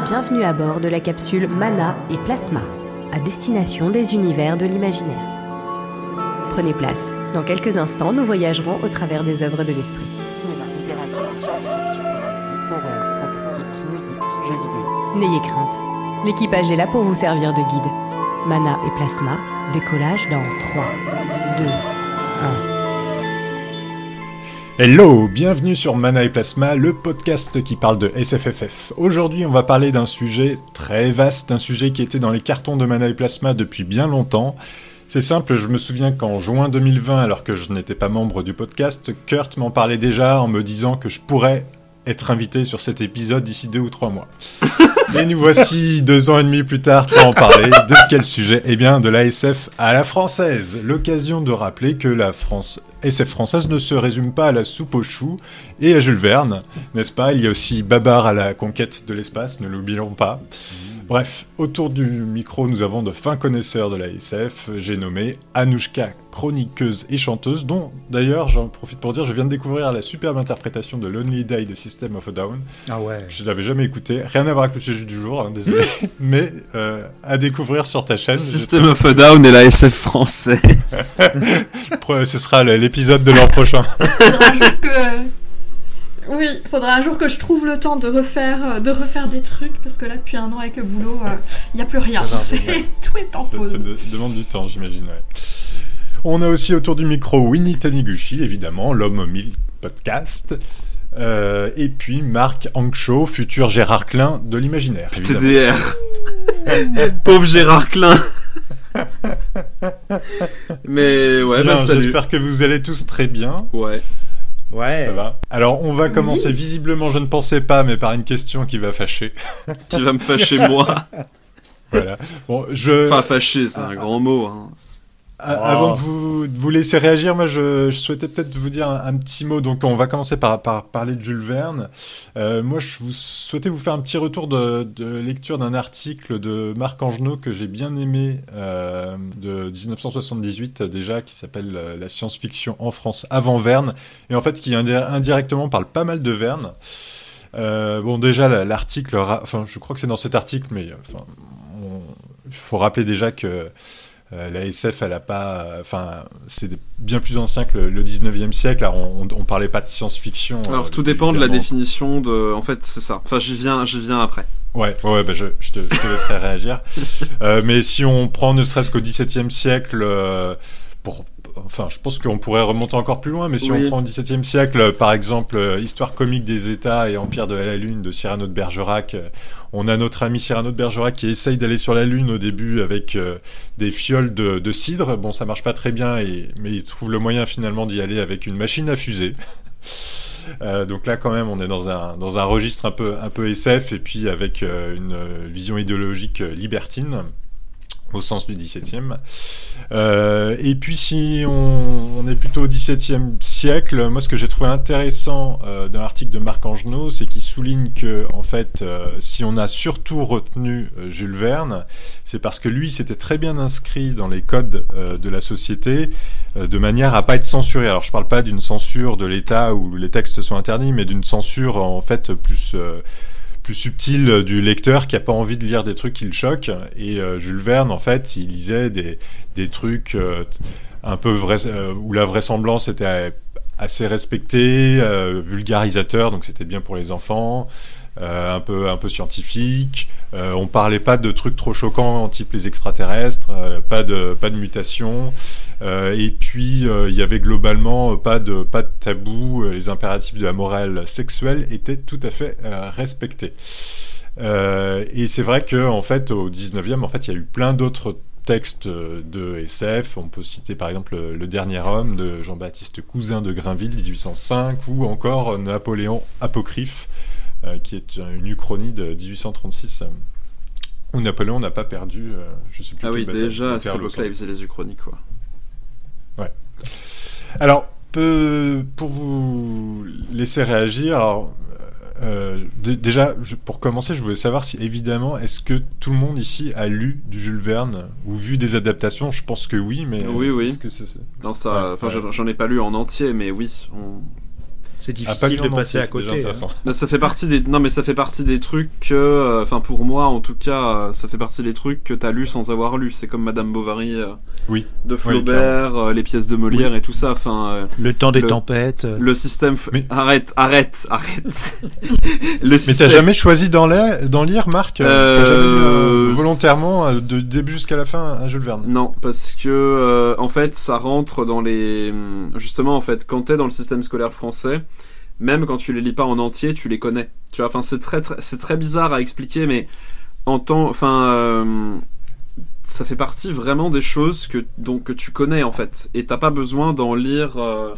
Bienvenue à bord de la capsule Mana et Plasma, à destination des univers de l'imaginaire. Prenez place. Dans quelques instants, nous voyagerons au travers des œuvres de l'esprit. Cinéma, littérature, science-fiction, fantasy, horreur, fantastique, musique, jeux vidéo. N'ayez crainte. L'équipage est là pour vous servir de guide. Mana et Plasma, décollage dans 3, 2, 1... Hello, bienvenue sur Mana et Plasma, le podcast qui parle de SFFF. Aujourd'hui, on va parler d'un sujet très vaste, un sujet qui était dans les cartons de Mana et Plasma depuis bien longtemps. C'est simple, je me souviens qu'en juin 2020, alors que je n'étais pas membre du podcast, Kurt m'en parlait déjà en me disant que je pourrais être invité sur cet épisode d'ici 2 ou 3 mois. Et nous voici 2 ans et demi plus tard pour en parler. De quel sujet ? Eh bien, de la SF à la française. L'occasion de rappeler que la SF française ne se résume pas à la soupe aux choux et à Jules Verne, n'est-ce pas ? Il y a aussi Babar à la conquête de l'espace, ne l'oublions pas. Bref, autour du micro, nous avons de fins connaisseurs de la SF. J'ai nommé Anouchka, chroniqueuse et chanteuse, dont, d'ailleurs, j'en profite pour dire, je viens de découvrir la superbe interprétation de Lonely Day de System of a Down. Ah ouais. Je l'avais jamais écouté, rien à voir avec le sujet du jour, hein, désolé, mais à découvrir sur ta chaîne. System of a Down et la SF française. Ce sera l'épisode de l'an prochain. Oui, il faudra un jour que je trouve le temps de refaire des trucs, parce que là, depuis 1 an avec le boulot, il n'y a plus rien. Tout est en pause. Ça demande du temps, j'imagine, ouais. On a aussi autour du micro Winnie Taniguchi, évidemment, l'homme aux 1000 podcasts. Et puis Marc Ankshaw, futur Gérard Klein de l'imaginaire. TDR. Pauvre Gérard Klein. Mais ouais, bien, salut. J'espère que vous allez tous très bien. Ouais. Ça va. Alors, on va commencer visiblement, je ne pensais pas, mais par une question qui va fâcher. Tu vas me fâcher, moi. Voilà. Bon, Enfin, fâcher, c'est un grand mot, hein. Avant de vous laisser réagir, moi je souhaitais peut-être vous dire un petit mot. Donc on va commencer par parler de Jules Verne. Moi je souhaitais vous faire un petit retour de lecture d'un article de Marc Angenot que j'ai bien aimé, de 1978 déjà, qui s'appelle La science-fiction en France avant Verne, et en fait qui indirectement parle pas mal de Verne. Bon déjà l'article, enfin je crois que c'est dans cet article, mais il faut rappeler déjà que la SF, elle a pas, c'est bien plus ancien que le 19e siècle. Alors, on parlait pas de science-fiction. Alors, tout dépend de la définition de. En fait, c'est ça. Enfin, j'y viens après. Ouais, bah je te laisserai réagir. Mais si on prend ne serait-ce qu'au 17e siècle, je pense qu'on pourrait remonter encore plus loin, mais si on prend au XVIIe siècle, par exemple, Histoire comique des États et Empire de la Lune de Cyrano de Bergerac, on a notre ami Cyrano de Bergerac qui essaye d'aller sur la Lune au début avec des fioles de cidre. Bon, ça marche pas très bien, mais il trouve le moyen finalement d'y aller avec une machine à fusée. Donc là, quand même, on est dans un registre un peu SF, et puis avec une vision idéologique libertine, au sens du 17e. Et puis si on est plutôt au 17e siècle, moi ce que j'ai trouvé intéressant dans l'article de Marc Angenot, c'est qu'il souligne que en fait, si on a surtout retenu Jules Verne, c'est parce que lui s'était très bien inscrit dans les codes de la société, de manière à pas être censuré. Alors je parle pas d'une censure de l'État où les textes sont interdits, mais d'une censure en fait plus subtil du lecteur qui a pas envie de lire des trucs qui le choquent. Et Jules Verne, en fait, il lisait des trucs un peu où la vraisemblance était assez respectée, vulgarisateur, donc c'était bien pour les enfants, un peu scientifique. On parlait pas de trucs trop choquants, type les extraterrestres, pas de mutation. Et puis il y avait globalement pas de tabou. Les impératifs de la morale sexuelle étaient tout à fait respectés. Et c'est vrai que en fait au 19e, en fait, il y a eu plein d'autres textes de SF. On peut citer par exemple Le Dernier Homme de Jean-Baptiste Cousin de Grainville, 1805, ou encore Napoléon Apocryphe, qui est une uchronie de 1836. Où Napoléon n'a pas perdu, je sais plus. Ah oui, déjà à cette époque-là, il faisait les uchronies, quoi. Ouais. Alors, pour vous laisser réagir, alors, déjà, pour commencer, je voulais savoir si, évidemment, est-ce que tout le monde ici a lu du Jules Verne ou vu des adaptations ? Je pense que oui, mais... Oui. Est-ce que Non, ça, ouais. J'en ai pas lu en entier, mais oui. C'est difficile de passer à côté. Bah, ça fait partie des. Non, mais ça fait partie des trucs que. Enfin, pour moi, en tout cas, ça fait partie des trucs que t'as lu sans avoir lu. C'est comme Madame Bovary de Flaubert, les pièces de Molière et tout ça. Enfin. Le temps des tempêtes. Le système. Mais... Arrête. Mais t'as jamais choisi d'en lire, Marc T'as jamais lu volontairement de début jusqu'à la fin un Jules Verne? Non, parce que en fait, ça rentre dans les. Justement, en fait, quand t'es dans le système scolaire français. Même quand tu les lis pas en entier, tu les connais. Tu vois, enfin, c'est très bizarre à expliquer, mais ça fait partie vraiment des choses que tu connais en fait, et t'as pas besoin d'en lire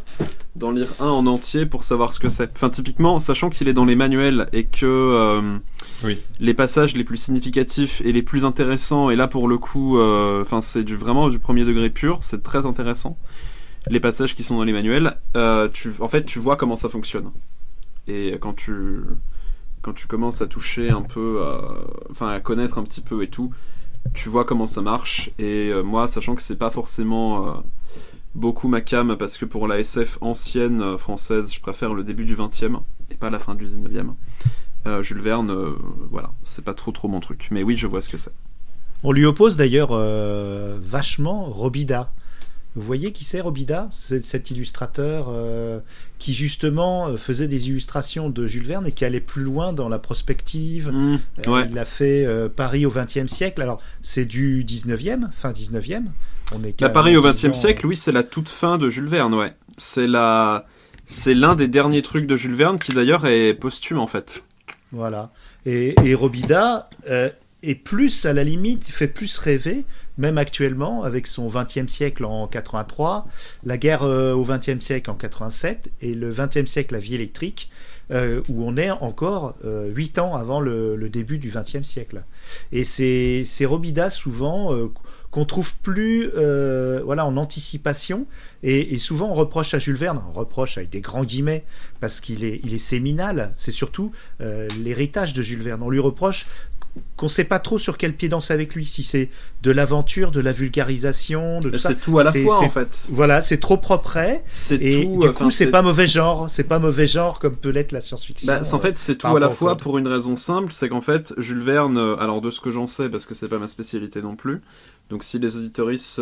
un en entier pour savoir ce que c'est. Enfin, typiquement, sachant qu'il est dans les manuels et que les passages les plus significatifs et les plus intéressants, et là pour le coup, c'est vraiment du premier degré pur, c'est très intéressant. Les passages qui sont dans les manuels, tu vois comment ça fonctionne. Et quand tu commences à toucher un peu, à connaître un petit peu et tout, tu vois comment ça marche. Et moi, sachant que c'est pas forcément beaucoup ma came, parce que pour la SF ancienne française, je préfère le début du 20e et pas la fin du 19e. Jules Verne, voilà, c'est pas trop mon truc. Mais oui, je vois ce que c'est. On lui oppose d'ailleurs vachement Robida. Vous voyez qui c'est, Robida ? C'est cet illustrateur qui justement faisait des illustrations de Jules Verne et qui allait plus loin dans la prospective. Il a fait Paris au XXe siècle. Alors, c'est du 19e, fin 19e. Paris au XXe siècle, oui, c'est la toute fin de Jules Verne, ouais. C'est l'un des derniers trucs de Jules Verne qui d'ailleurs est posthume, en fait. Voilà. Et Robida est plus, à la limite, fait plus rêver, même actuellement, avec son 20e siècle en 83, la guerre au 20e siècle en 87, et le 20e siècle, la vie électrique, où on est encore 8 ans avant le début du 20e siècle. Et c'est Robida, souvent, qu'on trouve plus en anticipation, et souvent on reproche à Jules Verne, on reproche avec des grands guillemets, parce qu'il est séminal, c'est surtout l'héritage de Jules Verne. On lui reproche qu'on ne sait pas trop sur quel pied danser avec lui, si c'est de l'aventure, de la vulgarisation, de tout ça. C'est tout à la fois, en fait. Voilà, c'est trop propre. Et du coup, c'est pas mauvais genre. C'est pas mauvais genre comme peut l'être la science-fiction. En fait, c'est tout à la fois pour une raison simple, c'est qu'en fait, Jules Verne, alors de ce que j'en sais, parce que c'est pas ma spécialité non plus, donc si les auditoristes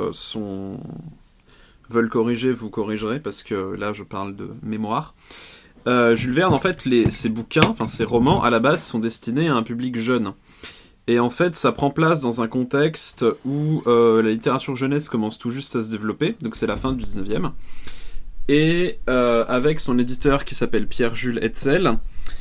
veulent corriger, vous corrigerez, parce que là, je parle de mémoire. Jules Verne, en fait, ses bouquins, ses romans, à la base, sont destinés à un public jeune. Et en fait, ça prend place dans un contexte où la littérature jeunesse commence tout juste à se développer, donc c'est la fin du 19e. Et avec son éditeur qui s'appelle Pierre-Jules Hetzel,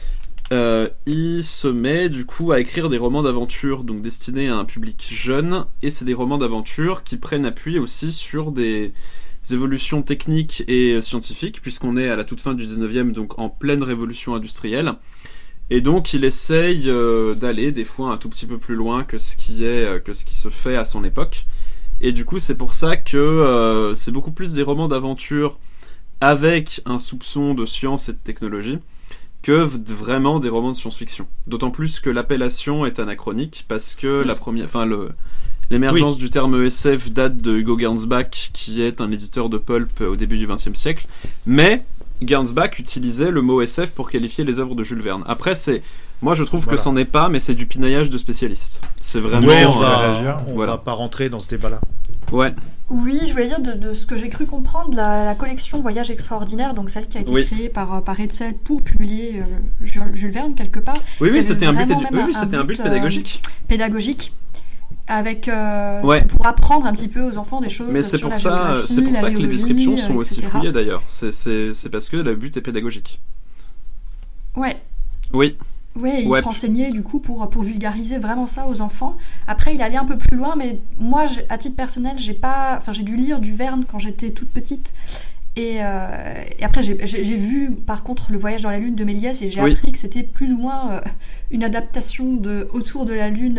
il se met du coup à écrire des romans d'aventure, donc destinés à un public jeune, et c'est des romans d'aventure qui prennent appui aussi sur des évolutions techniques et scientifiques, puisqu'on est à la toute fin du 19e, donc en pleine révolution industrielle. Et donc il essaye d'aller des fois un tout petit peu plus loin que ce qui se fait à son époque. Et du coup c'est pour ça que c'est beaucoup plus des romans d'aventure avec un soupçon de science et de technologie que vraiment des romans de science-fiction. D'autant plus que l'appellation est anachronique, parce que l'émergence du terme SF date de Hugo Gernsback, qui est un éditeur de pulp au début du XXe siècle. Mais Gernsback utilisait le mot SF pour qualifier les œuvres de Jules Verne. Après, moi je trouve que c'en est pas, mais c'est du pinaillage de spécialistes. C'est vraiment... Ouais, on va pas rentrer dans ce débat-là. Ouais. Oui, je voulais dire de ce que j'ai cru comprendre, la collection Voyage extraordinaire, donc celle qui a été créée par Hetzel pour publier Jules Verne quelque part. Oui, c'était un but pédagogique. Pédagogique. Avec pour apprendre un petit peu aux enfants des choses. Mais c'est pour ça que les descriptions sont aussi fouillées d'ailleurs. C'est parce que le but est pédagogique. Ouais. Oui. Ouais, il se renseignait du coup pour vulgariser vraiment ça aux enfants. Après, il allait un peu plus loin, mais moi, à titre personnel, j'ai dû lire du Verne quand j'étais toute petite. Et après, j'ai vu par contre Le Voyage dans la Lune de Méliès, et j'ai appris que c'était plus ou moins une adaptation de Autour de la Lune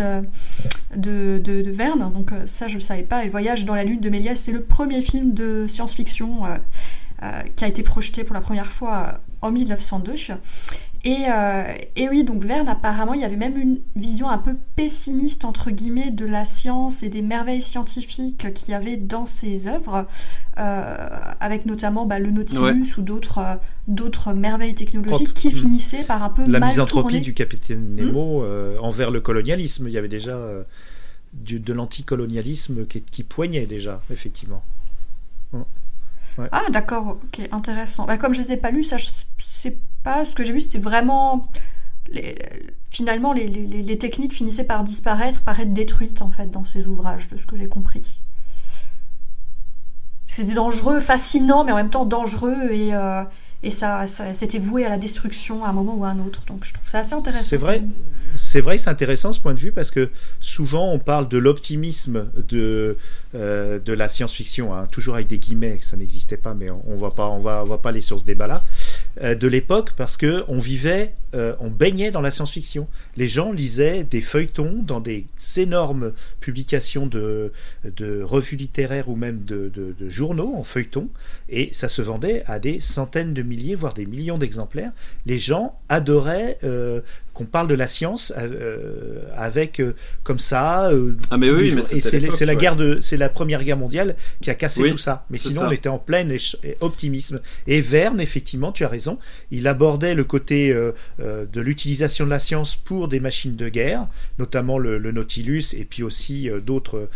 de Verne. Donc ça, je ne le savais pas. Et Voyage dans la Lune de Méliès, c'est le premier film de science-fiction qui a été projeté pour la première fois en 1902. Et oui, donc Verne, apparemment, il y avait même une vision un peu pessimiste, entre guillemets, de la science et des merveilles scientifiques qu'il y avait dans ses œuvres, avec notamment le Nautilus ou d'autres merveilles technologiques qui finissaient par un peu la mal misanthropie tourner. du capitaine Nemo envers le colonialisme. Il y avait déjà de l'anticolonialisme qui poignait déjà, effectivement. Ouais. Ah d'accord, ok, intéressant. Comme je les ai pas lus, ça, c'est pas ce que j'ai vu, c'était vraiment... Finalement, les techniques finissaient par disparaître, par être détruites, en fait, dans ces ouvrages, de ce que j'ai compris. C'était dangereux, fascinant, mais en même temps dangereux, et ça c'était voué à la destruction à un moment ou à un autre. Donc je trouve ça assez intéressant. C'est vrai que c'est intéressant ce point de vue, parce que souvent on parle de l'optimisme de la science-fiction, toujours avec des guillemets, que ça n'existait pas, mais on va pas aller sur ce débat-là, de l'époque, parce que on baignait dans la science-fiction. Les gens lisaient des feuilletons dans des énormes publications de revues littéraires ou même de journaux en feuilleton, et ça se vendait à des centaines de milliers, voire des millions d'exemplaires. Les gens adoraient qu'on parle de la science avec comme ça. Mais oui, mais c'est la Première Guerre mondiale qui a cassé tout ça. Mais sinon, on était en plein optimisme. Et Verne, effectivement, tu as raison, il abordait le côté de l'utilisation de la science pour des machines de guerre, notamment le Nautilus, et puis aussi d'autres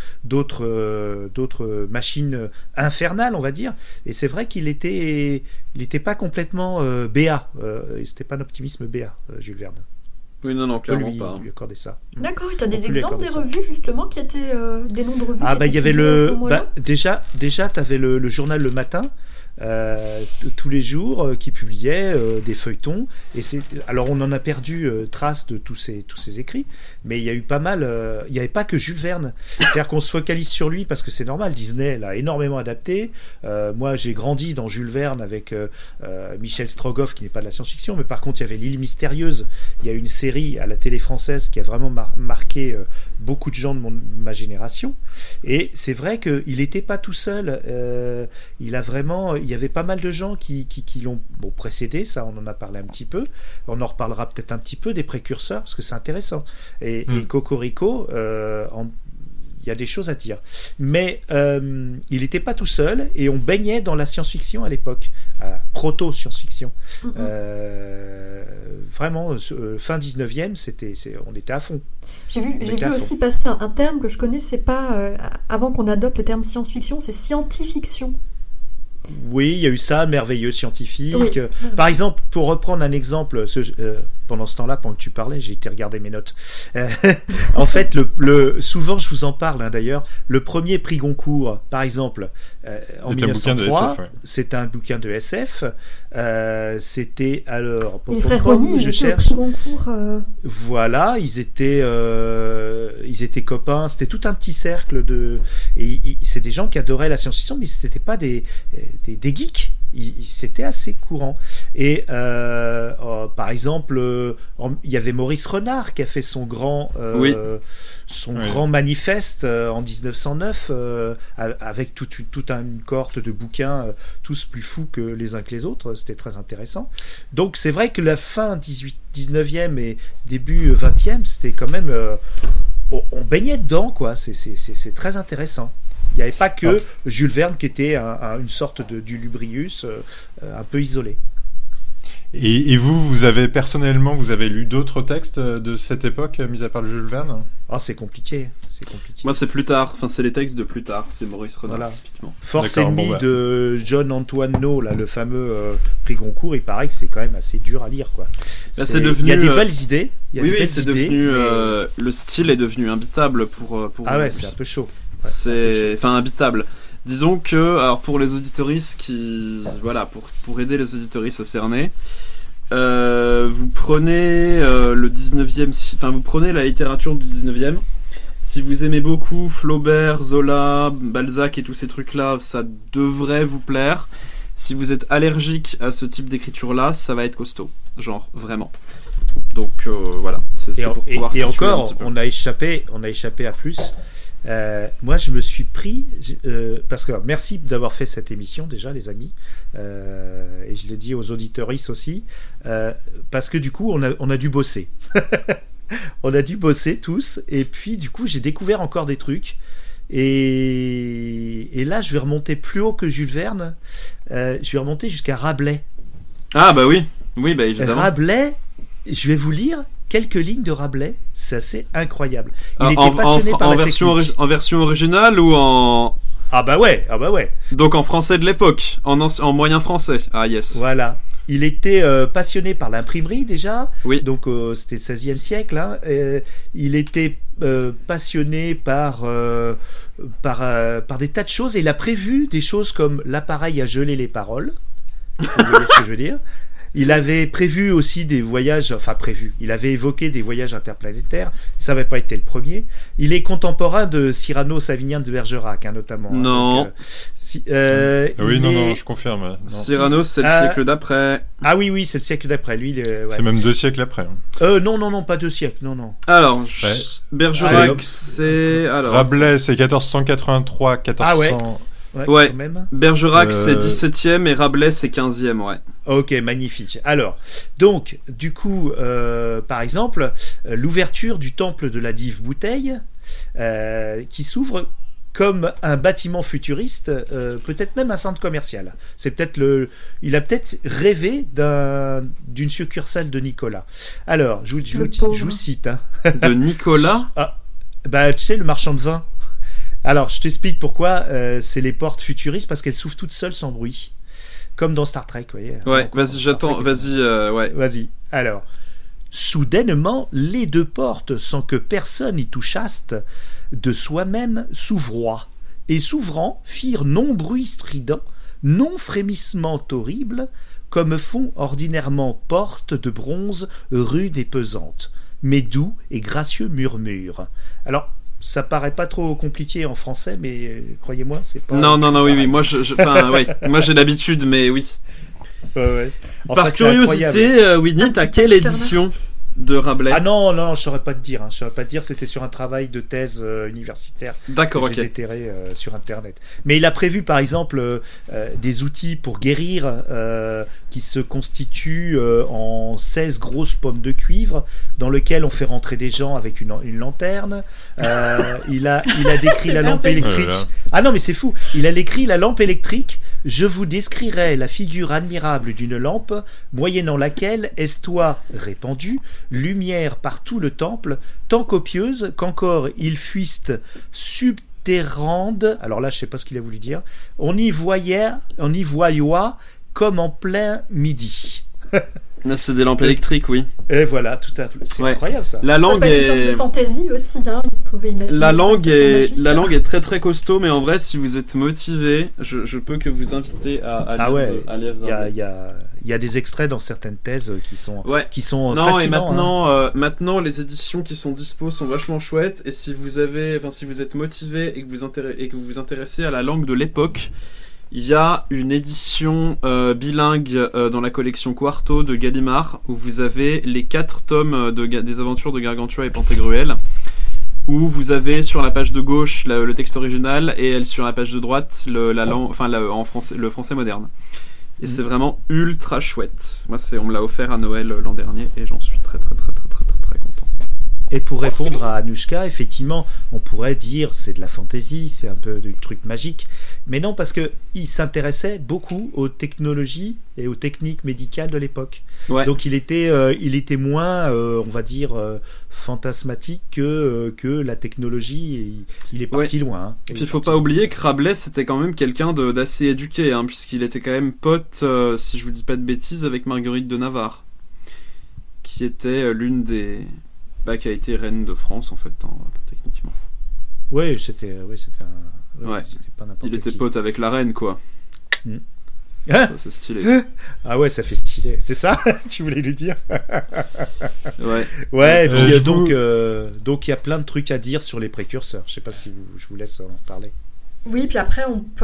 machines infernales, on va dire. Et c'est vrai qu'il était pas complètement béat. C'était pas un optimisme béat, Jules Verne. Oui, non, clairement lui, pas. Lui accorder ça. D'accord, tu as des exemples des revues, justement, qui étaient des noms de revues. Il y avait déjà, tu avais le journal Le Matin, tous les jours, qui publiait des feuilletons. Et alors, on en a perdu trace de tous ces écrits, mais il y a eu pas mal. Il n'y avait pas que Jules Verne. C'est-à-dire qu'on se focalise sur lui parce que c'est normal. Disney l'a énormément adapté. Moi, j'ai grandi dans Jules Verne avec Michel Strogoff, qui n'est pas de la science-fiction, mais par contre, il y avait L'île mystérieuse. Il y a une série à la télé française qui a vraiment marqué beaucoup de gens de ma génération. Et c'est vrai qu'il n'était pas tout seul. Il y avait pas mal de gens qui l'ont précédé, ça on en a parlé un petit peu, on en reparlera peut-être un petit peu des précurseurs, parce que c'est intéressant. Et Cocorico, il y a des choses à dire. Mais il n'était pas tout seul, et on baignait dans la science-fiction à l'époque, proto-science-fiction. Vraiment, fin 19e, on était à fond. J'ai vu aussi passer un terme que je connaissais pas avant qu'on adopte le terme science-fiction, c'est scientifiction. Oui, il y a eu ça, merveilleux scientifique. Oui. Par exemple, pour reprendre un exemple, pendant ce temps-là, pendant que tu parlais, j'ai été regarder mes notes. En fait, souvent, je vous en parle d'ailleurs, le premier prix Goncourt, par exemple, en 1903, c'est un bouquin de SF. C'était alors... Les frères Rony, je cherche. Le prix Goncourt. Voilà, ils étaient copains. C'était tout un petit cercle et c'est des gens qui adoraient la science-fiction, mais c'était pas des geeks. C'était assez courant. Et par exemple, il y avait Maurice Renard qui a fait son grand grand manifeste en 1909 avec toute une cohorte de bouquins, tous plus fous que les uns que les autres. C'était très intéressant. Donc c'est vrai que la fin 19e et début 20e, c'était quand même... on baignait dedans, quoi. C'est très intéressant. Il n'y avait pas que Jules Verne qui était une sorte du Lubrius un peu isolé. Et vous avez personnellement, vous avez lu d'autres textes de cette époque, mis à part le Jules Verne ? C'est compliqué. Moi, c'est plus tard. Enfin, c'est les textes de plus tard. C'est Maurice Renard, typiquement. Force ennemie de John-Antoine No, le fameux prix Goncourt, il paraît que c'est quand même assez dur à lire, quoi. C'est devenu... Il y a des belles idées. Le style est devenu imbitable pour c'est un peu chaud. Imbitable. Disons que, alors pour les auditoristes pour aider les auditoristes à cerner, vous prenez vous prenez la littérature du 19e. Si vous aimez beaucoup Flaubert, Zola, Balzac et tous ces trucs-là, ça devrait vous plaire. Si vous êtes allergique à ce type d'écriture-là, ça va être costaud. Genre, vraiment. Donc, voilà. Et encore, on a échappé à plus. moi, je me suis pris parce que merci d'avoir fait cette émission déjà, les amis, et je le dis aux auditeuristes aussi, parce que du coup, on a dû bosser. On a dû bosser tous, et puis du coup, j'ai découvert encore des trucs. Et là, je vais remonter plus haut que Jules Verne. Je vais remonter jusqu'à Rabelais. Ah bah oui, bah évidemment. Rabelais, je vais vous lire quelques lignes de Rabelais. C'est assez incroyable. Il était passionné par la technique. En version originale ou en... Ah bah ouais. Donc en français de l'époque, en moyen français. Ah yes. Voilà. Il était passionné par l'imprimerie déjà. Oui. Donc c'était le XVIe siècle. Hein. Il était passionné par des tas de choses, et il a prévu des choses comme l'appareil à geler les paroles. Vous voyez ce que je veux dire? Il avait prévu aussi des voyages, il avait évoqué des voyages interplanétaires, ça n'avait pas été le premier. Il est contemporain de Cyrano Savinien de Bergerac, hein, notamment. Non. Donc, non, je confirme. Non. Cyrano, c'est le siècle d'après. Ah oui, c'est le siècle d'après. Lui, ouais. C'est même 2 siècles après. Non, pas 2 siècles, non. Alors, Bergerac, c'est... Alors, Rabelais, c'est 1483, 1400... Ah ouais. Ouais. Quand même. Bergerac c'est 17e et Rabelais c'est 15e, ouais. Ok, magnifique. Alors, donc, du coup, par exemple, l'ouverture du temple de la Dive Bouteille, qui s'ouvre comme un bâtiment futuriste, peut-être même un centre commercial. C'est peut-être il a peut-être rêvé d'une succursale de Nicolas. Alors, je vous cite. Hein. De Nicolas. Bah, tu sais, le marchand de vin. Alors, je t'explique pourquoi c'est les portes futuristes, parce qu'elles s'ouvrent toutes seules sans bruit. Comme dans Star Trek, vous voyez. Ouais, vas-y, j'attends, vas-y, ouais. Vas-y. Alors, soudainement, les 2 portes, sans que personne y touchaste, de soi-même s'ouvroient, et s'ouvrant, firent non bruit strident, non frémissement horrible, comme font ordinairement portes de bronze rudes et pesantes, mais doux et gracieux murmures. Alors, ça paraît pas trop compliqué en français, mais croyez-moi, c'est pas... Non, oui, moi, moi j'ai l'habitude, mais oui. Ouais. Par curiosité, Winnie, t'as quelle édition de Rabelais? Ah non, je saurais pas te dire. Je saurais pas te dire, c'était sur un travail de thèse universitaire. D'accord, ok. J'ai déterré sur Internet. Mais il a prévu, par exemple, des outils pour guérir qui se constituent en 16 grosses pommes de cuivre dans lesquelles on fait rentrer des gens avec une lanterne. Il a décrit la lampe électrique. Ah non, mais c'est fou. Il a décrit la lampe électrique. Je vous décrirai la figure admirable d'une lampe, moyennant laquelle estoit répandue lumière par tout le temple, tant copieuse qu'encore il fuiste subterrande. Alors là, je sais pas ce qu'il a voulu dire. On y voyait comme en plein midi. Là, c'est des lampes électriques, oui. Et voilà, tout à fait. C'est incroyable ça. La langue est une sorte de fantaisie aussi, hein. Vous pouvez imaginer. La langue est très très costaud, mais en vrai, si vous êtes motivé, je peux que vous inviter à lire. Il y a des extraits dans certaines thèses qui sont non, fascinants. Et maintenant, les éditions qui sont dispo sont vachement chouettes. Et si vous êtes motivé et que vous vous intéressez à la langue de l'époque, il y a une édition bilingue dans la collection Quarto de Gallimard où vous avez les 4 tomes des aventures de Gargantua et Pantagruel, où vous avez sur la page de gauche le texte original et sur la page de droite le français moderne. Et c'est vraiment ultra chouette. Moi, on me l'a offert à Noël l'an dernier et j'en suis très très très très très très très content. Et pour répondre à Anouchka, effectivement, on pourrait dire c'est de la fantaisie, c'est un peu du truc magique. Mais non, parce qu'il s'intéressait beaucoup aux technologies et aux techniques médicales de l'époque. Ouais. Donc il était moins, on va dire, fantasmatique que la technologie. Et il est parti loin. Hein. Et puis il faut pas oublier que Rabelais, c'était quand même quelqu'un d'assez éduqué, hein, puisqu'il était quand même pote, si je vous dis pas de bêtises, avec Marguerite de Navarre, qui était l'une des... qui a été reine de France en fait, hein, techniquement. Oui, c'était c'était pas n'importe Il était qui. pote avec la reine, quoi. Ça, c'est stylé. Ah ouais, ça fait stylé. C'est ça tu voulais lui dire? Ouais. Et puis, donc il y a plein de trucs à dire sur les précurseurs. Je sais pas si je vous laisse en parler. Oui, puis après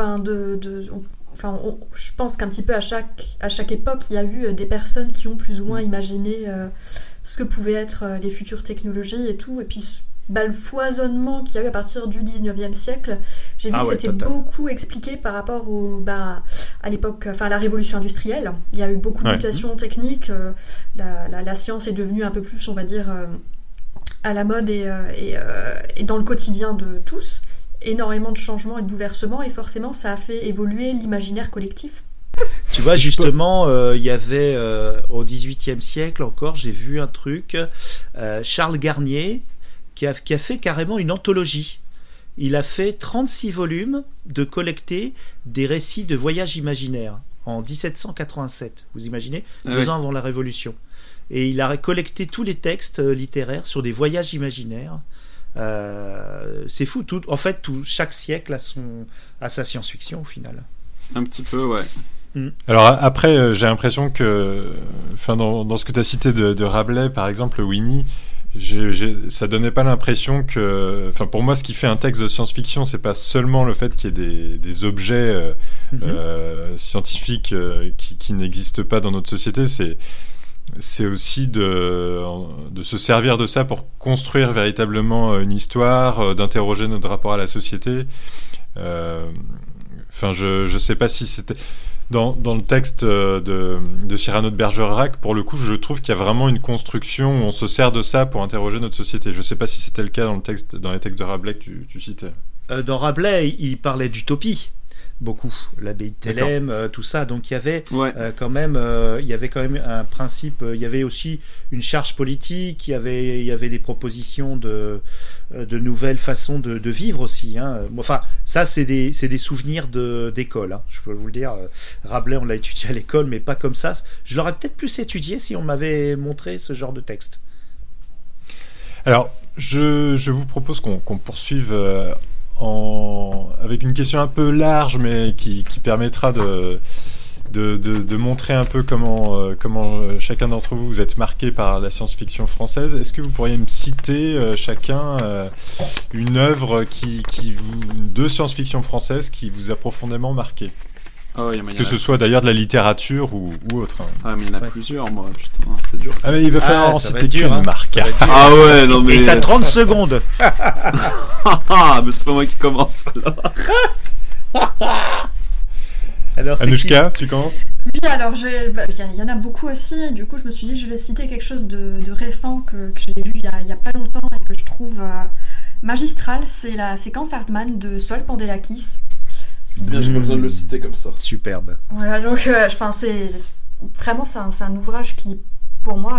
je pense qu'un petit peu à chaque époque, il y a eu des personnes qui ont plus ou moins imaginé ce que pouvaient être les futures technologies et tout. Et puis le foisonnement qu'il y a eu à partir du 19e siècle, j'ai vu que c'était beaucoup expliqué par rapport à l'époque, à la révolution industrielle. Il y a eu beaucoup de mutations techniques, la science est devenue un peu plus, on va dire, à la mode et dans le quotidien de tous. Énormément de changements et de bouleversements, et forcément ça a fait évoluer l'imaginaire collectif. Tu vois, justement, il y avait au XVIIIe siècle encore, j'ai vu un truc, Charles Garnier, qui a fait carrément une anthologie. Il a fait 36 volumes de collecter des récits de voyages imaginaires en 1787. Vous imaginez, 2 ans avant la Révolution. Et il a collecté tous les textes littéraires sur des voyages imaginaires. C'est fou. Chaque siècle a sa science-fiction au final. Un petit peu, ouais. Alors après, j'ai l'impression que, dans ce que tu as cité de Rabelais, par exemple, Winnie, ça donnait pas l'impression que, pour moi, ce qui fait un texte de science-fiction, c'est pas seulement le fait qu'il y ait des objets scientifiques qui n'existent pas dans notre société, c'est aussi de se servir de ça pour construire véritablement une histoire, d'interroger notre rapport à la société. Je sais pas si c'était dans le texte de Cyrano de Bergerac, pour le coup, je trouve qu'il y a vraiment une construction où on se sert de ça pour interroger notre société. Je sais pas si c'était le cas dans les textes de Rabelais que tu citais. Dans Rabelais, il parlait d'utopie. Beaucoup, l'abbaye de Thélème, tout ça. Donc il y avait quand même un principe. Il y avait aussi une charge politique. Il y avait des propositions de nouvelles façons de vivre aussi. Enfin, ça c'est des souvenirs d'école. Je peux vous le dire. Rabelais, on l'a étudié à l'école, mais pas comme ça. Je l'aurais peut-être plus étudié si on m'avait montré ce genre de texte. Alors, je vous propose qu'on poursuive. Avec une question un peu large, mais qui permettra de montrer un peu comment chacun d'entre vous êtes marqué par la science-fiction française. Est-ce que vous pourriez me citer chacun une œuvre de science-fiction française qui vous a profondément marqué? Que ce soit d'ailleurs de la littérature ou autre. Mais il y en a plusieurs, moi, putain, c'est dur. Mais il va falloir en citer une, Marc. Non mais... Et t'as 30 secondes. Mais c'est pas moi qui commence, là. Alors, Anouchka, tu commences? Oui, alors il y en a beaucoup aussi, du coup je me suis dit je vais citer quelque chose de récent que j'ai lu il y a pas longtemps et que je trouve magistral, c'est la séquence Hardman de Sol Pandelakis. Bien, j'ai pas besoin de le citer comme ça. Superbe. Voilà, donc c'est vraiment c'est un ouvrage qui pour moi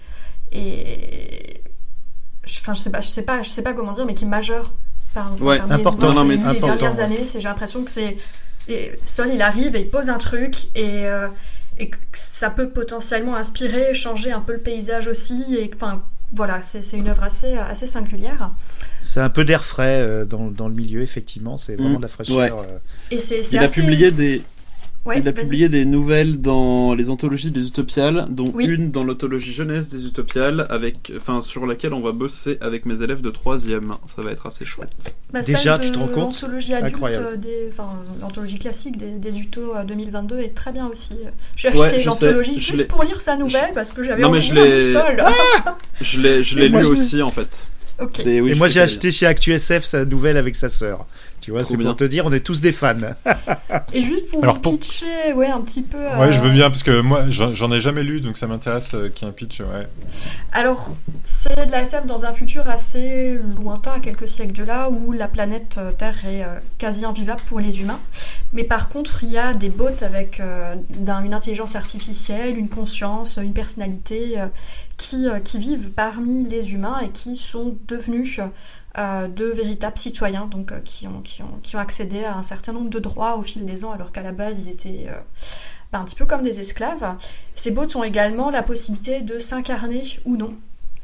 je sais pas comment dire, mais qui est majeur parmi important, les dernières années. J'ai l'impression que Sol il arrive et il pose un truc et que ça peut potentiellement inspirer, changer un peu le paysage aussi, et voilà, c'est une œuvre assez singulière. C'est un peu d'air frais dans le milieu, effectivement, c'est vraiment de la fraîcheur. Et il a publié des nouvelles dans les anthologies des Utopiales, dont une dans l'anthologie jeunesse des Utopiales, sur laquelle on va bosser avec mes élèves de 3e. Ça va être assez chouette. Déjà, tu te rends compte? L'anthologie adulte, l'anthologie classique des Utos 2022 est très bien aussi. J'ai acheté l'anthologie juste pour lire sa nouvelle, parce que j'avais envie de lire tout seul. Je l'ai lu aussi, en en fait. Okay. Et moi j'ai acheté chez ActuSF sa nouvelle avec sa sœur. Tu vois, c'est pour te dire, on est tous des fans. Et juste pour pitcher, un petit peu. Je veux bien, parce que moi j'en ai jamais lu, donc ça m'intéresse qu'il y ait un pitch. Alors, c'est de la SF dans un futur assez lointain, à quelques siècles de là, où la planète Terre est quasi invivable pour les humains. Mais par contre, il y a des bots avec une intelligence artificielle, une conscience, une personnalité. Qui vivent parmi les humains et qui sont devenus de véritables citoyens, donc qui ont accédé à un certain nombre de droits au fil des ans, alors qu'à la base ils étaient un petit peu comme des esclaves. Ces bots ont également la possibilité de s'incarner ou non.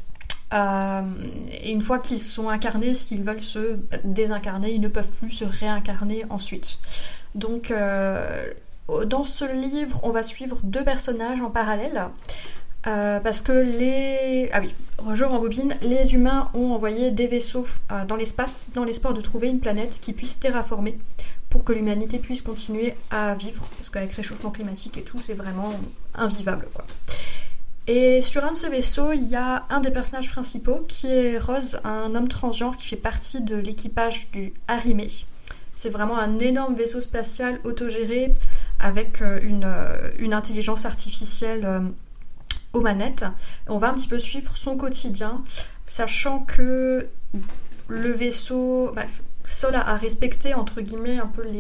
Et une fois qu'ils sont incarnés, s'ils veulent se désincarner, ils ne peuvent plus se réincarner ensuite. Donc dans ce livre, on va suivre 2 personnages en parallèle. Parce que je rembobine, les humains ont envoyé des vaisseaux dans l'espace dans l'espoir de trouver une planète qui puisse terraformer pour que l'humanité puisse continuer à vivre, parce qu'avec réchauffement climatique et tout, c'est vraiment invivable, quoi. Et sur un de ces vaisseaux, il y a un des personnages principaux qui est Rose, un homme transgenre qui fait partie de l'équipage du Harimé. C'est vraiment un énorme vaisseau spatial autogéré avec une intelligence artificielle aux manettes. On va un petit peu suivre son quotidien, sachant que le vaisseau, Sol a respecté entre guillemets un peu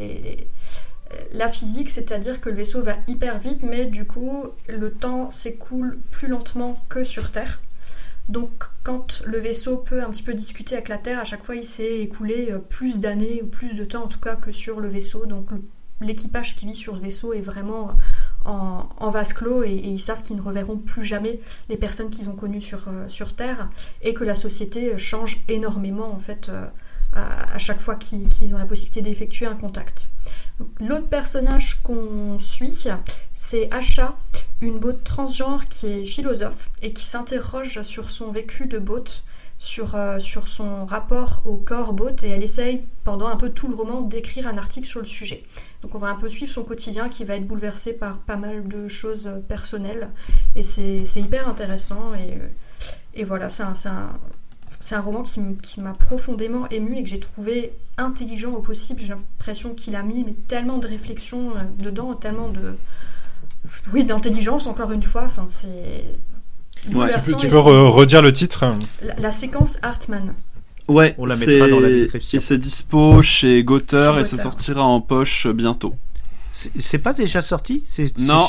la physique, c'est-à-dire que le vaisseau va hyper vite, mais du coup le temps s'écoule plus lentement que sur Terre. Donc quand le vaisseau peut un petit peu discuter avec la Terre, à chaque fois il s'est écoulé plus d'années ou plus de temps en tout cas que sur le vaisseau. Donc l'équipage qui vit sur ce vaisseau est vraiment en vase clos et ils savent qu'ils ne reverront plus jamais les personnes qu'ils ont connues sur Terre et que la société change énormément en fait à chaque fois qu'ils ont la possibilité d'effectuer un contact. L'autre personnage qu'on suit, c'est Asha, une boat transgenre qui est philosophe et qui s'interroge sur son vécu de boat, sur son rapport au corps boat, et elle essaye pendant un peu tout le roman d'écrire un article sur le sujet. Donc on va un peu suivre son quotidien qui va être bouleversé par pas mal de choses personnelles et c'est hyper intéressant et voilà, c'est un roman qui m'a profondément émue et que j'ai trouvé intelligent au possible. J'ai l'impression qu'il a mis tellement de réflexion dedans, tellement d'intelligence encore une fois. Enfin, c'est bouleversant. Tu peux redire le titre ? La séquence Hartman. Ouais, on la mettra dans la description. Et c'est dispo chez Gauteur et ça sortira en poche bientôt. C'est pas déjà sorti ? Non.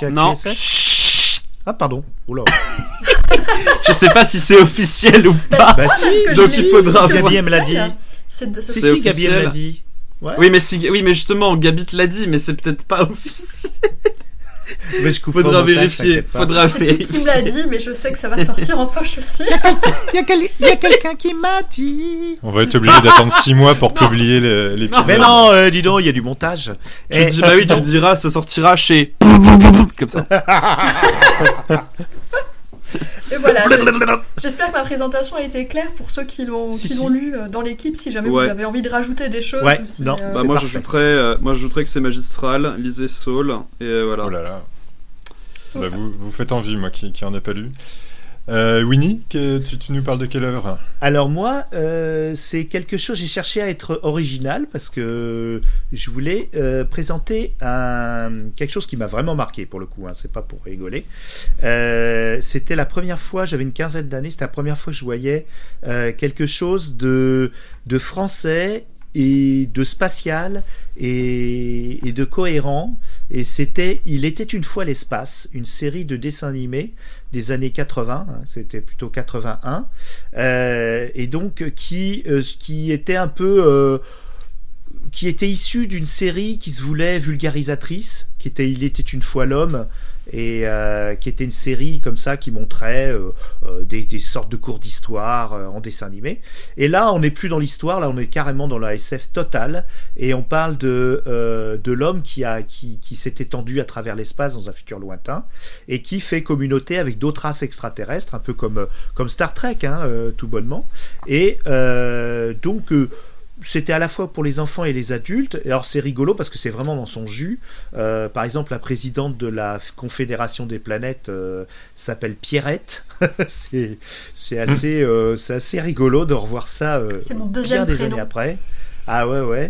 Ah pardon. Oula. Je sais pas si c'est officiel ou pas. Bah si, donc il faudra voir. Gabi me l'a dit. Si, Gabi me l'a dit. Ouais. Oui, mais justement, Gabi te l'a dit, mais c'est peut-être pas officiel. Mais faudra vérifier. Qui me l'a dit, mais je sais que ça va sortir en poche aussi. Il y a quelqu'un qui m'a dit. On va être obligé d'attendre 6 mois pour publier l'épisode. Mais non, dis donc, il y a du montage. Tu diras, ça sortira chez. Comme ça. Et voilà, j'espère que ma présentation a été claire pour ceux qui l'ont lu dans l'équipe. Si jamais vous avez envie de rajouter des choses. Ouais, aussi, non. Moi j'ajouterais que c'est magistral. Lisez Saul et voilà. Oh là là. Bah, vous faites envie, moi qui en ai pas lu. Winnie, tu nous parles de quelle œuvre ? Alors moi, c'est quelque chose, j'ai cherché à être original parce que je voulais présenter quelque chose qui m'a vraiment marqué pour le coup, c'est pas pour rigoler. C'était la première fois, j'avais une quinzaine d'années, c'était la première fois que je voyais quelque chose de français et de spatial et de cohérent, et c'était Il était une fois l'espace, une série de dessins animés des années 80, c'était plutôt 81, et donc qui était un peu qui était issu d'une série qui se voulait vulgarisatrice, qui était Il était une fois l'homme, et qui était une série comme ça qui montrait des sortes de cours d'histoire en dessin animé. Et là, on n'est plus dans l'histoire, là on est carrément dans la SF totale, et on parle de l'homme qui s'est étendu à travers l'espace dans un futur lointain, et qui fait communauté avec d'autres races extraterrestres, un peu comme Star Trek, tout bonnement. Et donc c'était à la fois pour les enfants et les adultes. Et alors c'est rigolo parce que c'est vraiment dans son jus. Par exemple, la présidente de la Confédération des planètes s'appelle Pierrette. c'est assez rigolo de revoir ça bien des années après. Ah ouais.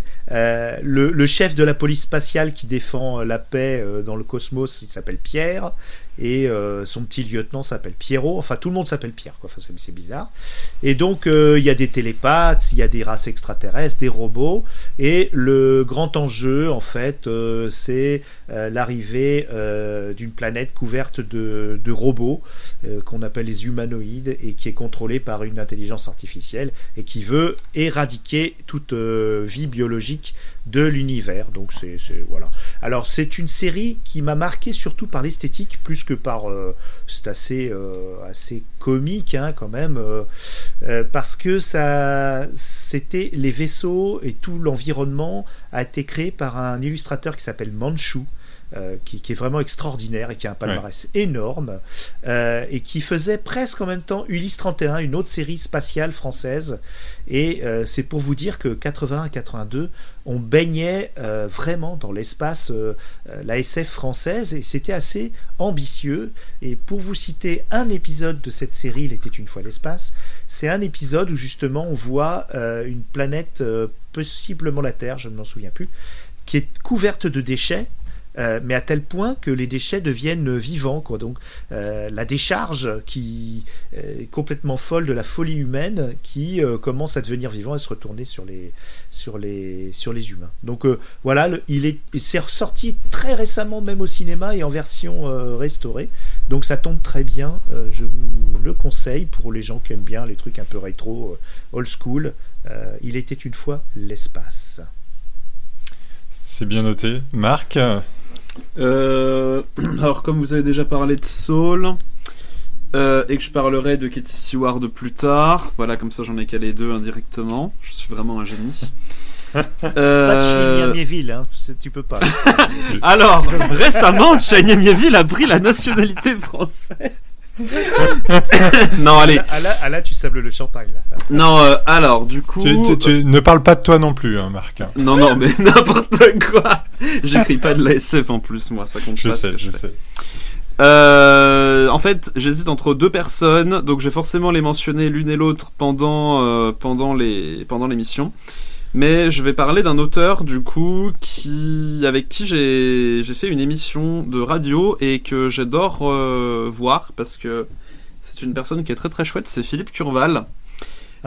Le chef de la police spatiale qui défend la paix dans le cosmos, il s'appelle Pierre, et son petit lieutenant s'appelle Pierrot. Enfin, tout le monde s'appelle Pierre, quoi. Enfin, c'est bizarre. Et donc, il y a des télépathes, il y a des races extraterrestres, des robots, et le grand enjeu, en fait, c'est l'arrivée d'une planète couverte de robots qu'on appelle les humanoïdes, et qui est contrôlée par une intelligence artificielle, et qui veut éradiquer toute vie biologique de l'univers. Donc voilà. Alors c'est une série qui m'a marqué surtout par l'esthétique plus que par c'est assez comique quand même, parce que c'était les vaisseaux et tout l'environnement a été créé par un illustrateur qui s'appelle Manchu, qui est vraiment extraordinaire et qui a un palmarès énorme, et qui faisait presque en même temps Ulysse 31, une autre série spatiale française. Et c'est pour vous dire que 81-82, on baignait vraiment dans l'espace, la SF française, et c'était assez ambitieux. Et pour vous citer un épisode de cette série, Il était une fois l'espace, c'est un épisode où justement on voit une planète, possiblement la Terre, je ne m'en souviens plus, qui est couverte de déchets, mais à tel point que les déchets deviennent vivants, quoi. Donc la décharge qui est complètement folle de la folie humaine qui commence à devenir vivant et se retourner sur les humains. Donc voilà, c'est ressorti très récemment même au cinéma et en version restaurée. Donc ça tombe très bien, je vous le conseille pour les gens qui aiment bien les trucs un peu rétro, old school. Il était une fois l'espace. C'est bien noté. Marc ? Alors, comme vous avez déjà parlé de Saul, et que je parlerai de Katie Seward plus tard, voilà, comme ça j'en ai calé 2 indirectement. Je suis vraiment un génie. Pas de Chania Miéville, hein, tu peux pas. Alors, récemment, Chania Miéville a pris la nationalité française. Non, allez. Là, tu sables le champagne, là. Non, alors, du coup... Tu ne parles pas de toi non plus, hein, Marc. Non, mais n'importe quoi. J'écris pas de la SF en plus, moi, ça compte pas. Je sais. En fait, j'hésite entre 2 personnes, donc je vais forcément les mentionner l'une et l'autre pendant l'émission. Mais je vais parler d'un auteur, du coup, avec qui j'ai fait une émission de radio et que j'adore voir parce que c'est une personne qui est très très chouette, c'est Philippe Curval. Oui.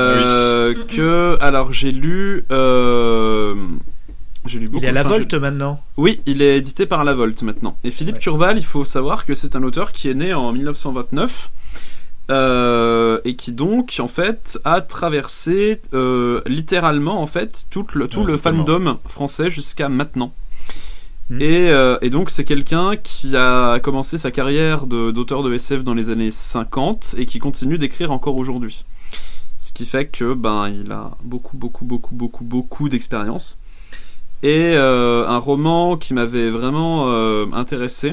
Alors j'ai lu beaucoup. Il est à La Volte maintenant. Oui, il est édité par La Volte maintenant. Et Philippe Curval, il faut savoir que c'est un auteur qui est né en 1929. Et qui donc en fait a traversé littéralement en fait tout le fandom français jusqu'à maintenant. Et donc c'est quelqu'un qui a commencé sa carrière d'auteur de SF dans les années 50 et qui continue d'écrire encore aujourd'hui. Ce qui fait que il a beaucoup d'expérience. Et un roman qui m'avait vraiment intéressé,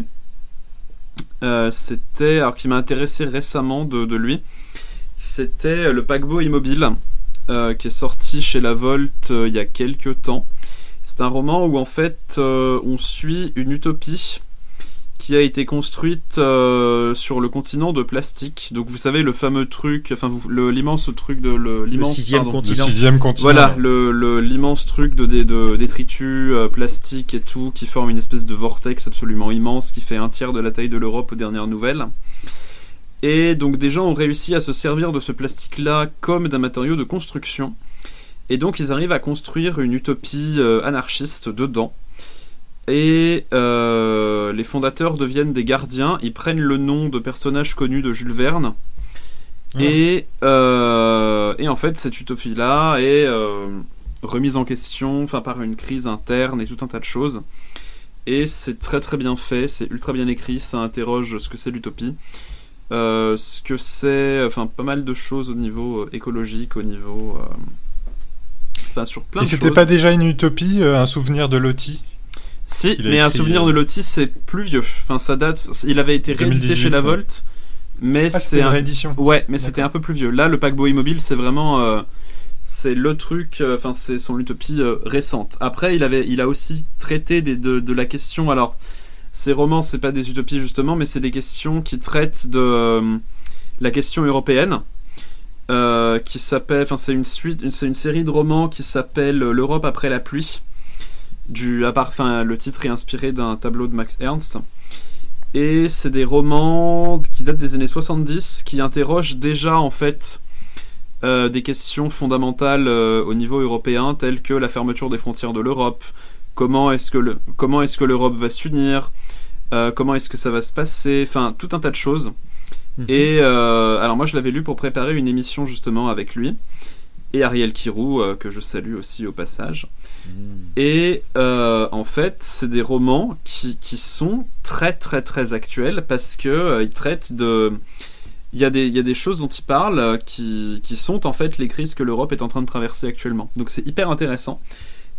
qui m'a intéressé récemment de lui, c'était Le Paquebot Immobile, qui est sorti chez La Volte il y a quelques temps. C'est un roman où en fait on suit une utopie qui a été construite sur le continent de plastique. Donc vous savez le fameux truc, l'immense truc de l'immense sixième continent. Voilà, l'immense truc de détritus plastique et tout, qui forme une espèce de vortex absolument immense qui fait 1/3 de la taille de l'Europe aux dernières nouvelles. Et donc des gens ont réussi à se servir de ce plastique-là comme d'un matériau de construction. Et donc ils arrivent à construire une utopie anarchiste dedans. Et les fondateurs deviennent des gardiens. Ils prennent le nom de personnages connus de Jules Verne. Et en fait cette utopie-là est remise en question par une crise interne et tout un tas de choses. Et c'est très très bien fait, c'est ultra bien écrit, ça interroge ce que c'est l'utopie. Ce que c'est, pas mal de choses au niveau écologique, au niveau... sur plein de choses. Et c'était pas déjà une utopie, un souvenir de Loti ? Si, mais un souvenir de Loti, c'est plus vieux. Ça date. Il avait été réédité chez La Volte, mais c'est une réédition. Ouais, mais c'était un peu plus vieux. Là, Le Paquebot Immobile, c'est vraiment, c'est le truc. C'est son utopie récente. Après, il a aussi traité de la question. Alors, ces romans, c'est pas des utopies justement, mais c'est des questions qui traitent de la question européenne. Qui s'appelle. C'est une série de romans qui s'appelle L'Europe après la pluie. Le titre est inspiré d'un tableau de Max Ernst. Et c'est des romans qui datent des années 70 qui interrogent déjà en fait des questions fondamentales au niveau européen, telles que la fermeture des frontières de l'Europe, comment est-ce que l'Europe va s'unir, comment est-ce que ça va se passer, tout un tas de choses. Et alors moi je l'avais lu pour préparer une émission justement avec lui et Ariel Kirou, que je salue aussi au passage. Et en fait c'est des romans qui sont très très très actuels parce que ils traitent de... Il y a des choses dont il parle qui sont en fait les crises que l'Europe est en train de traverser actuellement. Donc c'est hyper intéressant.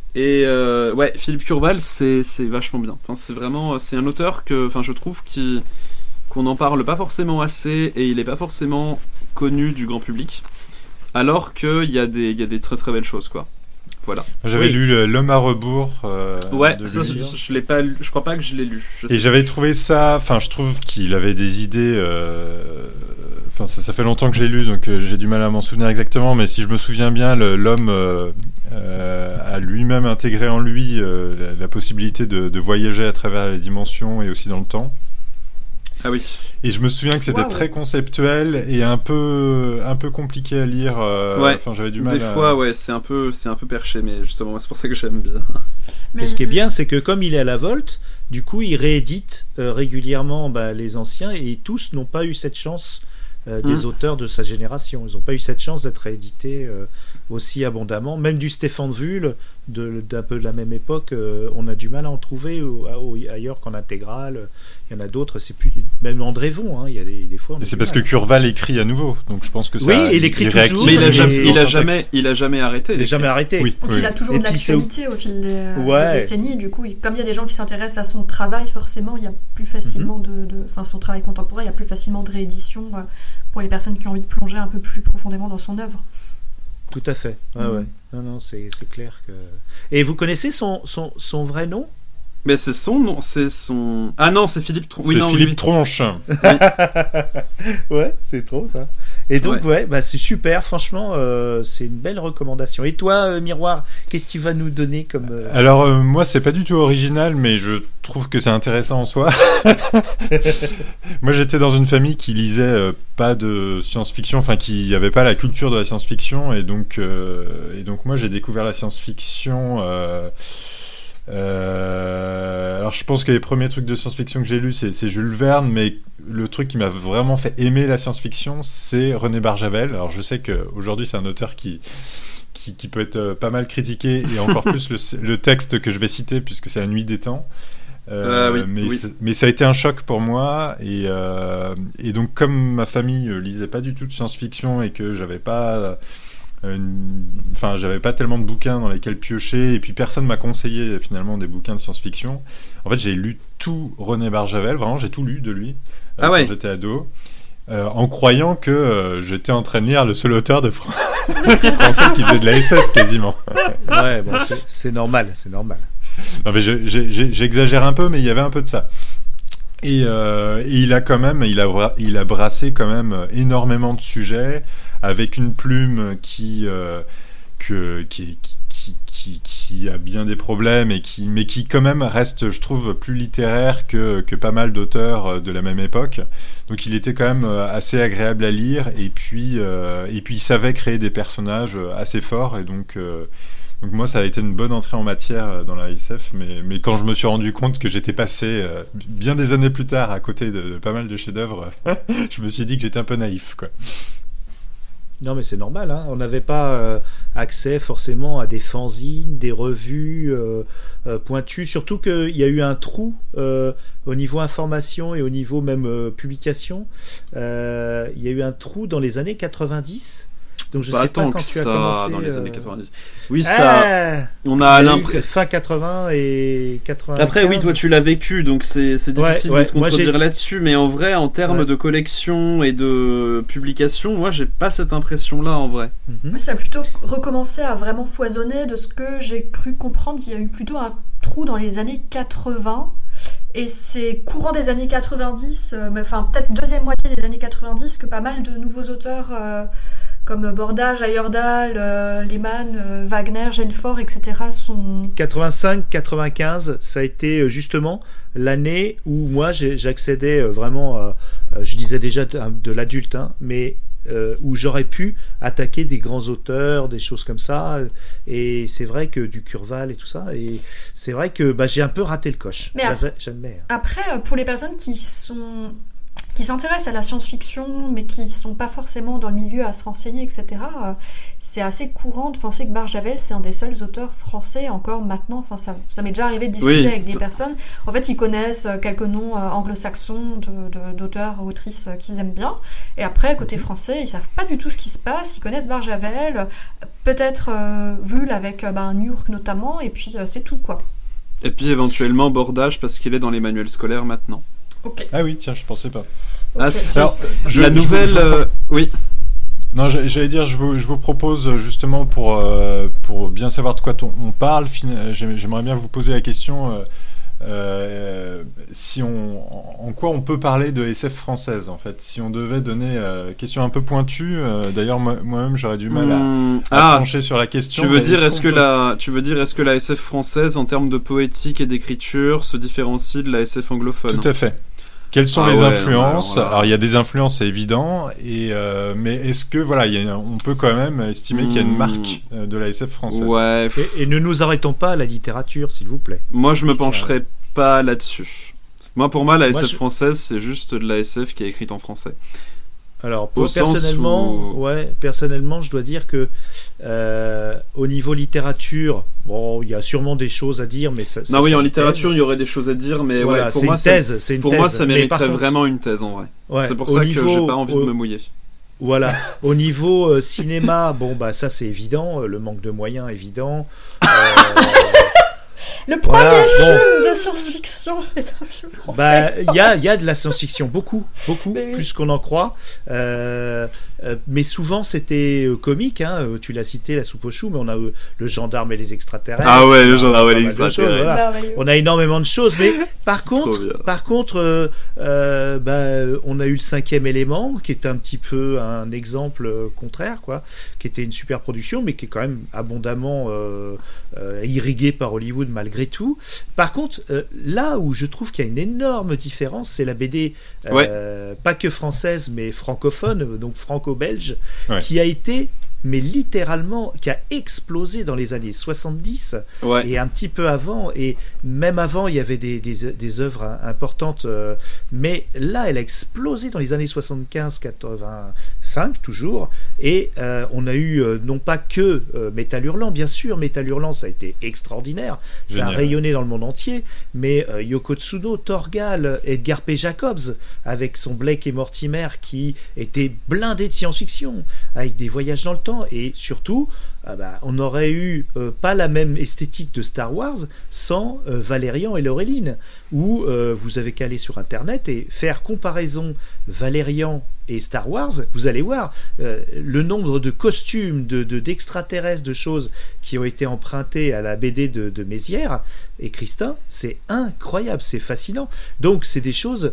Et ouais, Philippe Curval, c'est vachement bien. Enfin, c'est vraiment, c'est un auteur que, enfin, je trouve qu'on n'en parle pas forcément assez, et il est pas forcément connu du grand public, alors qu'il y a des très très belles choses, quoi. Voilà. J'avais lu L'Homme à rebours. Ouais, ça, je l'ai pas lu, je crois pas que je l'ai lu. Et j'avais trouvé ça, enfin, je trouve qu'il avait des idées. Enfin, ça fait longtemps que je l'ai lu, donc j'ai du mal à m'en souvenir exactement, mais si je me souviens bien, l'homme a lui-même intégré en lui la possibilité de voyager à travers les dimensions et aussi dans le temps. Ah oui. Et je me souviens que c'était très conceptuel et un peu compliqué à lire. Enfin, j'avais du mal. Des fois, ouais, c'est un peu perché, mais justement, c'est pour ça que j'aime bien. Mais ce qui est bien, c'est que comme il est à la Volte, du coup, il réédite régulièrement les anciens, et tous n'ont pas eu cette chance. Des auteurs de sa génération. Ils n'ont pas eu cette chance d'être réédités aussi abondamment. Même du Stéphane Vull, d'un peu de la même époque, on a du mal à en trouver ailleurs qu'en intégrale. Il y en a d'autres, c'est plus... Même André Von, il y a des fois... Et c'est parce que Curval écrit à nouveau, donc je pense que ça... Oui, il écrit toujours. Mais il a jamais arrêté. Il n'a jamais arrêté. Oui. Donc il a toujours de l'actualité au fil des décennies. Du coup, comme il y a des gens qui s'intéressent à son travail, forcément, il y a plus facilement Enfin, son travail contemporain, il y a plus facilement de réédition pour les personnes qui ont envie de plonger un peu plus profondément dans son œuvre. Tout à fait. Ouais. Non, c'est clair que... Et vous connaissez son vrai nom ? Mais c'est son nom, c'est son... Ah non, c'est Philippe Tronche. C'est Philippe Tronche. Ouais, c'est trop ça. Et donc, c'est super, franchement, c'est une belle recommandation. Et toi, Miroir, qu'est-ce que tu vas nous donner comme... Alors, moi, c'est pas du tout original, mais je trouve que c'est intéressant en soi. Moi, j'étais dans une famille qui lisait pas de science-fiction, enfin, qui avait pas la culture de la science-fiction, et donc moi, j'ai découvert la science-fiction... alors je pense que les premiers trucs de science-fiction que j'ai lus c'est Jules Verne, mais le truc qui m'a vraiment fait aimer la science-fiction, c'est René Barjavel. Alors je sais qu'aujourd'hui c'est un auteur qui peut être pas mal critiqué, et encore plus le texte que je vais citer, puisque c'est La Nuit des temps. Mais ça a été un choc pour moi, et donc comme ma famille lisait pas du tout de science-fiction et que j'avais pas tellement de bouquins dans lesquels piocher, et puis personne m'a conseillé finalement des bouquins de science-fiction. En fait, j'ai lu tout René Barjavel, vraiment j'ai tout lu de lui quand j'étais ado, en croyant que j'étais en train de lire le seul auteur de français qui faisait de la SF quasiment. Ouais, bon, c'est normal. Non, mais j'exagère un peu, mais il y avait un peu de ça. Et il a brassé quand même énormément de sujets, avec une plume qui a bien des problèmes, mais qui quand même reste, je trouve, plus littéraire que pas mal d'auteurs de la même époque. Donc il était quand même assez agréable à lire, et puis il savait créer des personnages assez forts, et donc moi, ça a été une bonne entrée en matière dans la SF, mais quand je me suis rendu compte que j'étais passé bien des années plus tard à côté de pas mal de chefs-d'œuvre, je me suis dit que j'étais un peu naïf, quoi. Non, mais c'est normal, on n'avait pas accès forcément à des fanzines, des revues pointues, surtout qu'il y a eu un trou au niveau information et au niveau même publication. Il y a eu un trou dans les années 90. Donc je sais pas quand tu as commencé dans les années 90. Oui, ça on a l'impression fin 80 et 95. Après oui, toi tu l'as vécu, donc c'est difficile de te contredire là-dessus, mais en vrai en termes de collection et de publication, moi j'ai pas cette impression là en vrai. Moi ça a plutôt recommencé à vraiment foisonner. De ce que j'ai cru comprendre, il y a eu plutôt un trou dans les années 80. Et c'est courant des années 90, enfin peut-être deuxième moitié des années 90, que pas mal de nouveaux auteurs comme Bordage, Heyerdahl, Lehmann, Wagner, Genfort, etc. sont... 85-95, ça a été justement l'année où moi j'accédais vraiment, je disais déjà de l'adulte, mais où j'aurais pu attaquer des grands auteurs, des choses comme ça, et c'est vrai que du Curval et tout ça, et c'est vrai que j'ai un peu raté le coche, j'admets. Après, pour les personnes qui s'intéressent à la science-fiction, mais qui ne sont pas forcément dans le milieu à se renseigner, etc., c'est assez courant de penser que Barjavel, c'est un des seuls auteurs français encore maintenant. Enfin, ça m'est déjà arrivé de discuter avec des personnes. En fait, ils connaissent quelques noms anglo-saxons d'auteurs, autrices qu'ils aiment bien. Et après, côté français, ils ne savent pas du tout ce qui se passe. Ils connaissent Barjavel, peut-être Vul avec New York notamment, et puis c'est tout, quoi. Et puis éventuellement Bordage, parce qu'il est dans les manuels scolaires maintenant. Ok. Ah oui, tiens, je pensais pas. Ah si, Alors, la nouvelle... oui. Non, j'allais dire, je vous propose justement pour bien savoir de quoi on parle, j'aimerais bien vous poser la question en quoi on peut parler de SF française en fait, si on devait donner question un peu pointue. D'ailleurs, moi-même, j'aurais du mal à trancher sur la question. Tu veux dire est-ce que la SF française, en termes de poétique et d'écriture, se différencie de la SF anglophone? Tout à fait. Quelles sont les influences? Alors, il y a des influences, c'est évident, mais est-ce que on peut quand même estimer qu'il y a une marque de la SF française? Ouais. Et ne nous arrêtons pas à la littérature, s'il vous plaît. Moi, je me pencherai pas là-dessus. Pour moi, la SF française, c'est juste de la SF qui est écrite en français. Alors, personnellement, je dois dire que au niveau littérature, bon, il y a sûrement des choses à dire, mais en littérature, il y aurait des choses à dire, mais voilà, pour moi, ça mériterait vraiment une thèse en vrai. Ouais, c'est pour ça que j'ai pas envie de me mouiller. Voilà. Au niveau cinéma, ça c'est évident, le manque de moyens évident. Le premier film de science-fiction est un film français. Il y a de la science-fiction, beaucoup, plus qu'on en croit. Mais souvent c'était comique, hein. Tu l'as cité, La soupe aux choux, mais on a le gendarme et les extraterrestres. Ah ouais, le gendarme et les extraterrestres. Voilà. On a énormément de choses, mais par contre, on a eu le 5e élément, qui est un petit peu un exemple contraire, quoi, qui était une super production, mais qui est quand même abondamment irrigué par Hollywood malgré tout. Par contre, là où je trouve qu'il y a une énorme différence, c'est la BD, pas que française, mais francophone, donc franco-belge, qui a été, mais littéralement, qui a explosé dans les années 70 et un petit peu avant, et même avant il y avait des œuvres importantes, mais là elle a explosé dans les années 75-85 toujours, et on a eu non pas que Métal Hurlant, bien sûr, Métal Hurlant ça a été extraordinaire, ça a rayonné dans le monde entier, mais Yoko Tsuno, Torgal, Edgar P. Jacobs avec son Blake et Mortimer qui était blindé de science-fiction avec des voyages dans le temps, et surtout on aurait eu pas la même esthétique de Star Wars sans Valérian et Laureline, où vous avez qu'à aller sur internet et faire comparaison Valérian et Star Wars, vous allez voir le nombre de costumes, d'extraterrestres, de choses qui ont été empruntées à la BD de Mézières et Christin, c'est incroyable, c'est fascinant. Donc c'est des choses,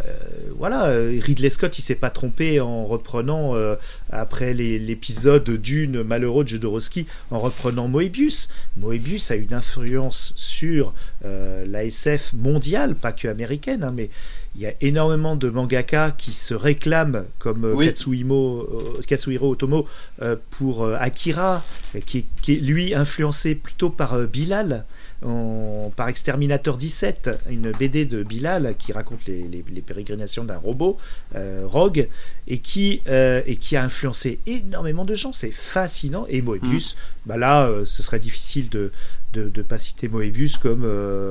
Ridley Scott il s'est pas trompé en reprenant après l'épisode Dune malheureux de Jodorowsky, en reprenant Moebius. Moebius a une influence sur la SF mondiale, pas que américaine, hein, mais il y a énormément de mangaka qui se réclament, comme Katsuhiro Otomo pour Akira, qui est lui influencé plutôt par Bilal, par Exterminator 17, une BD de Bilal qui raconte les pérégrinations d'un robot, Rogue, et qui a influencé énormément de gens. C'est fascinant. Et Moebius, ce serait difficile de pas citer Moebius comme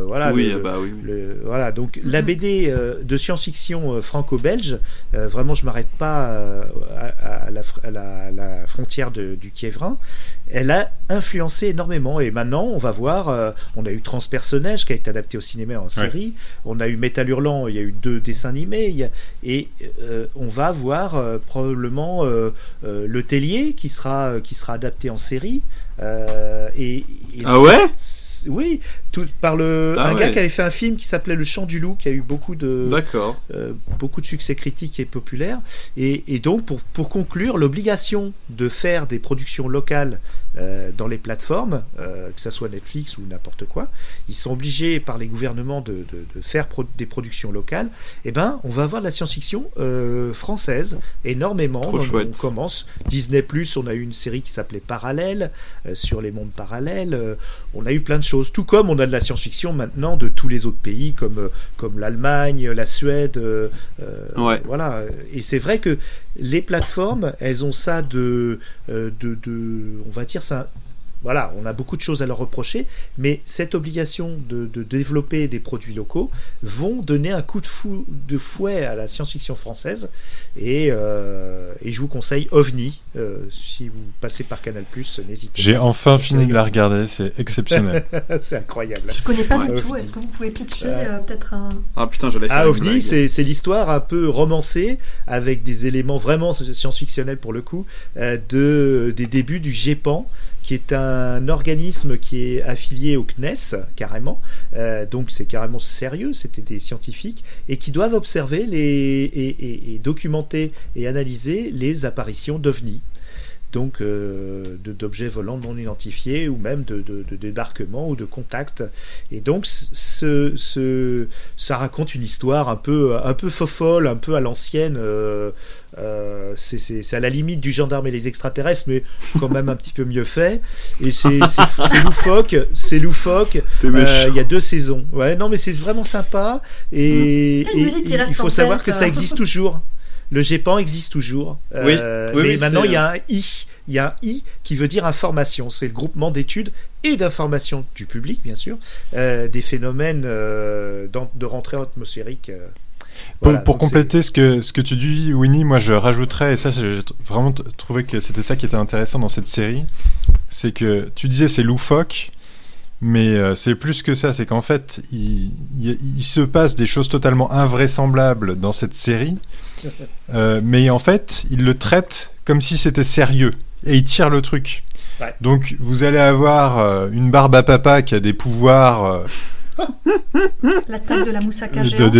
donc la BD de science-fiction franco-belge, vraiment je m'arrête pas à la frontière du Kiévrin, elle a influencé énormément, et maintenant on va voir, on a eu Transpersonnage qui a été adapté au cinéma en série, on a eu Métal Hurlant, il y a eu 2 dessins animés, et on va voir probablement Le Tellier qui sera adapté en série. Oui, par un gars qui avait fait un film qui s'appelait Le Chant du Loup, qui a eu beaucoup de succès critique et populaire, et donc pour conclure, l'obligation de faire des productions locales dans les plateformes, que ça soit Netflix ou n'importe quoi, ils sont obligés par les gouvernements de faire des productions locales. On va avoir de la science-fiction française énormément. On commence Disney+, on a eu une série qui s'appelait Parallèle, sur les mondes parallèles, on a eu plein de choses, tout comme on a de la science-fiction maintenant de tous les autres pays comme l'Allemagne, la Suède, voilà. Et c'est vrai que les plateformes, elles ont ça on va dire ça, voilà, on a beaucoup de choses à leur reprocher, mais cette obligation de développer des produits locaux vont donner un coup de fouet à la science-fiction française. Et je vous conseille OVNI, si vous passez par Canal+, n'hésitez pas. J'ai enfin fini de la regarder, c'est exceptionnel. C'est incroyable. Je connais pas du tout. Est-ce que vous pouvez pitcher peut-être un... Ah putain, j'allais faire OVNI, c'est l'histoire un peu romancée, avec des éléments vraiment science-fictionnels pour le coup, des débuts du GEPAN, qui est un organisme qui est affilié au CNES, carrément. Donc c'est carrément sérieux, c'était des scientifiques, et qui doivent observer et documenter et analyser les apparitions d'OVNI. Donc d'objets volants non identifiés, ou même de débarquements ou de contacts. Et donc ça raconte une histoire un peu fofolle, un peu à l'ancienne. C'est à la limite du Gendarme et les extraterrestres, mais quand même un petit peu mieux fait. Et c'est loufoque. Il y a 2 saisons. Ouais, non, mais c'est vraiment sympa. Et il faut savoir que ça existe toujours. Le GEPAN existe toujours. Oui, mais maintenant, il y a un I. Il y a un I qui veut dire information. C'est le groupement d'études et d'information du public, bien sûr, des phénomènes de rentrée atmosphérique. Voilà, pour compléter ce que tu dis, Winnie, moi je rajouterais, et ça j'ai vraiment trouvé que c'était ça qui était intéressant dans cette série, c'est que tu disais c'est loufoque, mais c'est plus que ça, c'est qu'en fait il se passe des choses totalement invraisemblables dans cette série, mais en fait il le traite comme si c'était sérieux, et il tire le truc. Ouais. Donc vous allez avoir une barbe à papa qui a des pouvoirs... La taille de la moussaka géante.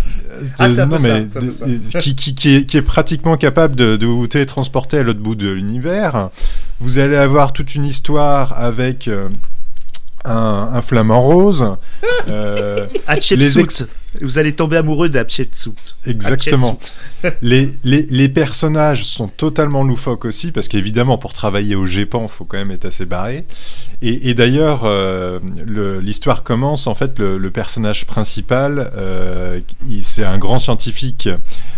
Qui est pratiquement capable de vous télétransporter à l'autre bout de l'univers. Vous allez avoir toute une histoire avec un flamant rose. Hatshepsut. Vous allez tomber amoureux d'Hatshepsut. Exactement. Les personnages sont totalement loufoques aussi, parce qu'évidemment, pour travailler au GEPAN, il faut quand même être assez barré. Et d'ailleurs, l'histoire commence, en fait, le personnage principal, c'est un grand scientifique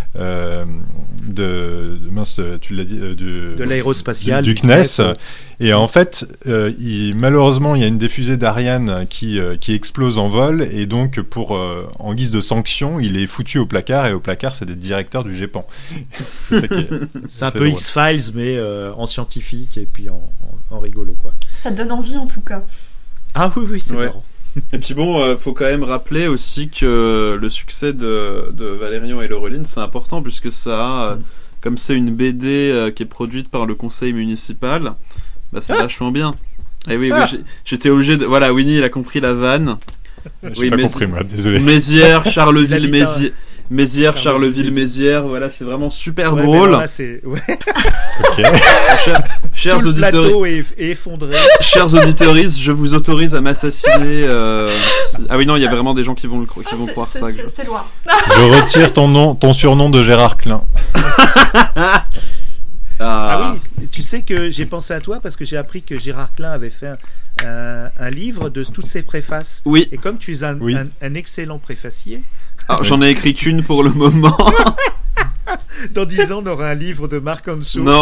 tu l'as dit, de l'aérospatiale, du CNES. Et en fait, malheureusement, il y a une des fusées d'Ariane qui explose en vol, et donc en guise de sanction, il est foutu au placard, et au placard, c'est des directeurs du GEPAN. C'est un peu drôle. X-Files, mais en scientifique, et puis en rigolo, quoi. Ça donne envie, en tout cas. Ah oui, c'est marrant. Et puis bon, faut quand même rappeler aussi que le succès de Valérian et Laureline, c'est important, puisque ça, comme c'est une BD qui est produite par le conseil municipal, bah c'est vachement bien. Et oui, j'étais obligé de... Voilà, Winnie, il a compris la vanne. J'ai pas compris, moi, désolé. Mézières, Charleville, Mézières, voilà, c'est vraiment super drôle. Là, c'est... Ouais. Okay. Chers tout le plateau est effondré. Chers auditeuristes, je vous autorise à m'assassiner. Ah oui, non, il y a vraiment des gens qui vont croire ça. C'est loin. Je retire ton surnom de Gérard Klein. Ah oui, tu sais que j'ai pensé à toi parce que j'ai appris que Gérard Klein avait fait un livre de toutes ses préfaces. Oui. Et comme tu es un excellent préfacier... Alors, j'en ai écrit qu'une pour le moment. Dans 10 ans, on aura un livre de Marc Hanso. Non.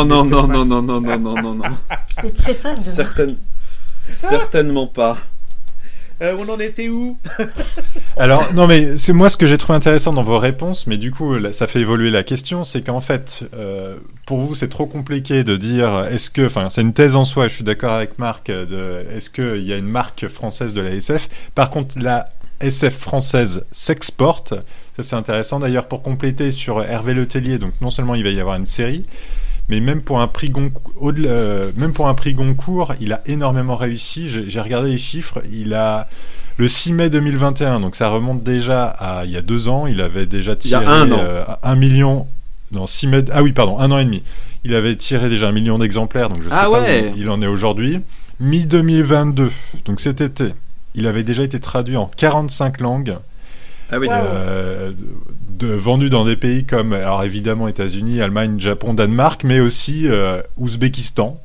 Les préfaces de Certainement pas. On en était où? Alors, non, mais c'est moi ce que j'ai trouvé intéressant dans vos réponses, mais du coup, là, ça fait évoluer la question, c'est qu'en fait, pour vous, c'est trop compliqué de dire, c'est une thèse en soi, je suis d'accord avec Marc, est-ce qu'il y a une marque française de la SF? Par contre, la SF française s'exporte, ça c'est intéressant. D'ailleurs, pour compléter sur Hervé Letellier, donc non seulement il va y avoir une série, mais même pour un prix Goncourt, il a énormément réussi. J'ai regardé les chiffres, il a le 6 mai 2021, donc ça remonte déjà à il y a 2 ans, il avait déjà tiré 1 million... Non, 6 mai... Ah oui, pardon, 1 an et demi. Il avait tiré déjà 1 million d'exemplaires, donc je sais pas où il en est aujourd'hui. Mi-2022, donc cet été, il avait déjà été traduit en 45 langues. Ah oui. Vendu dans des pays comme, alors évidemment, États-Unis, Allemagne, Japon, Danemark, mais aussi Ouzbékistan.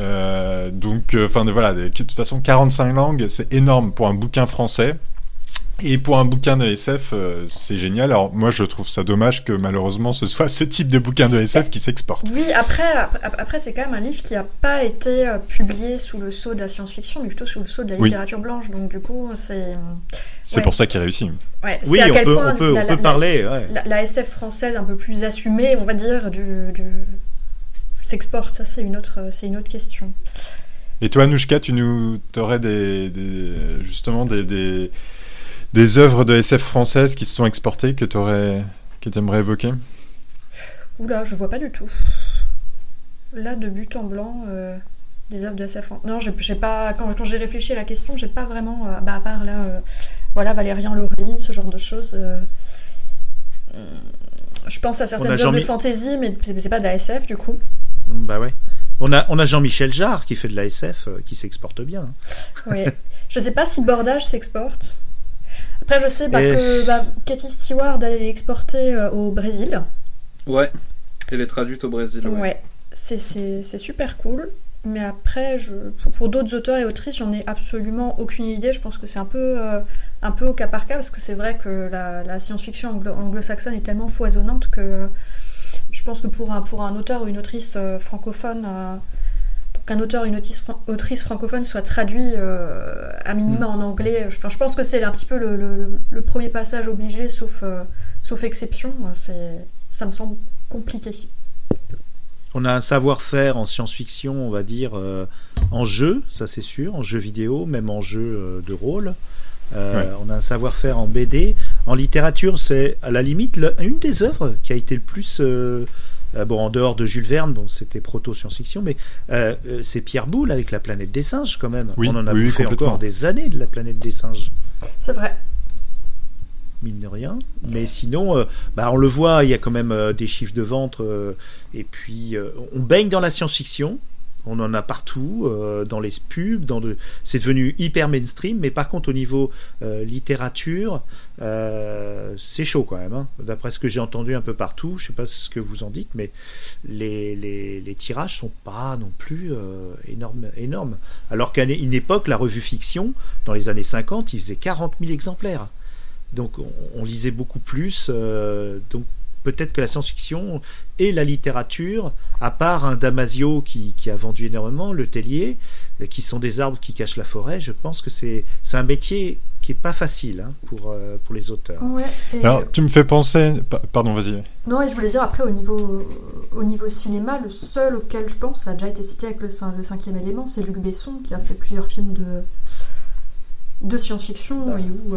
Donc, voilà, de toute façon, 45 langues, c'est énorme pour un bouquin français. Et pour un bouquin de SF, c'est génial. Alors moi, je trouve ça dommage que malheureusement ce soit ce type de bouquin de SF qui s'exporte. Oui, après c'est quand même un livre qui n'a pas été publié sous le sceau de la science-fiction, mais plutôt sous le sceau de la littérature blanche. Donc du coup, c'est pour ça qu'il réussit. Ouais, oui, on peut parler. Ouais. La SF française un peu plus assumée, on va dire, s'exporte. Ça, c'est une autre question. Et toi, Anouchka, t'aurais justement des œuvres de SF françaises qui se sont exportées que t'aimerais évoquer? Oula, je vois pas du tout. Là, de but en blanc, des œuvres de SF. Non, j'ai pas. Quand j'ai réfléchi à la question, j'ai pas vraiment. À part là, Valérian Laureline, ce genre de choses. Je pense à certaines œuvres de fantasy, mais c'est pas de la SF du coup. Bah ouais. On a Jean-Michel Jarre qui fait de la SF, qui s'exporte bien. Oui. Je sais pas si Bordage s'exporte. Après, je sais que Cathy Stewart a exporté au Brésil. Ouais, elle est traduite au Brésil. Ouais, c'est super cool. Mais après, pour d'autres auteurs et autrices, j'en ai absolument aucune idée. Je pense que c'est un peu au cas par cas, parce que c'est vrai que la science-fiction anglo-saxonne est tellement foisonnante que je pense que pour un auteur ou une autrice francophone... qu'un auteur ou une autrice francophone soit traduit à minima en anglais. Enfin, je pense que c'est un petit peu le premier passage obligé, sauf exception. Ça me semble compliqué. On a un savoir-faire en science-fiction, on va dire, en jeu, ça c'est sûr, en jeu vidéo, même en jeu de rôle. On a un savoir-faire en BD. En littérature, c'est à la limite une des œuvres qui a été le plus... en dehors de Jules Verne, c'était proto-science-fiction, mais c'est Pierre Boulle avec La planète des singes, quand même. Oui, on en a bouffé encore des années de La planète des singes. C'est vrai. Mine de rien. Mais sinon, on le voit, il y a quand même des chiffres de vente, et puis on baigne dans la science-fiction. On en a partout, dans les pubs, c'est devenu hyper mainstream, mais par contre au niveau littérature, c'est chaud quand même, hein. D'après ce que j'ai entendu un peu partout, je sais pas ce que vous en dites, mais les tirages sont pas non plus énormes. Alors qu'à une époque, la revue Fiction, dans les années 50, il faisait 40 000 exemplaires. Donc on lisait beaucoup plus, donc peut-être que la science-fiction et la littérature, à part un Damasio qui a vendu énormément, Le Tellier, qui sont des arbres qui cachent la forêt, je pense que c'est un métier qui est pas facile, hein, pour les auteurs. Ouais, alors, tu me fais penser... Pardon, vas-y. Non, et je voulais dire, après, au niveau cinéma, le seul auquel je pense, ça a déjà été cité avec le cinquième élément, c'est Luc Besson, qui a fait plusieurs films de science-fiction, et où...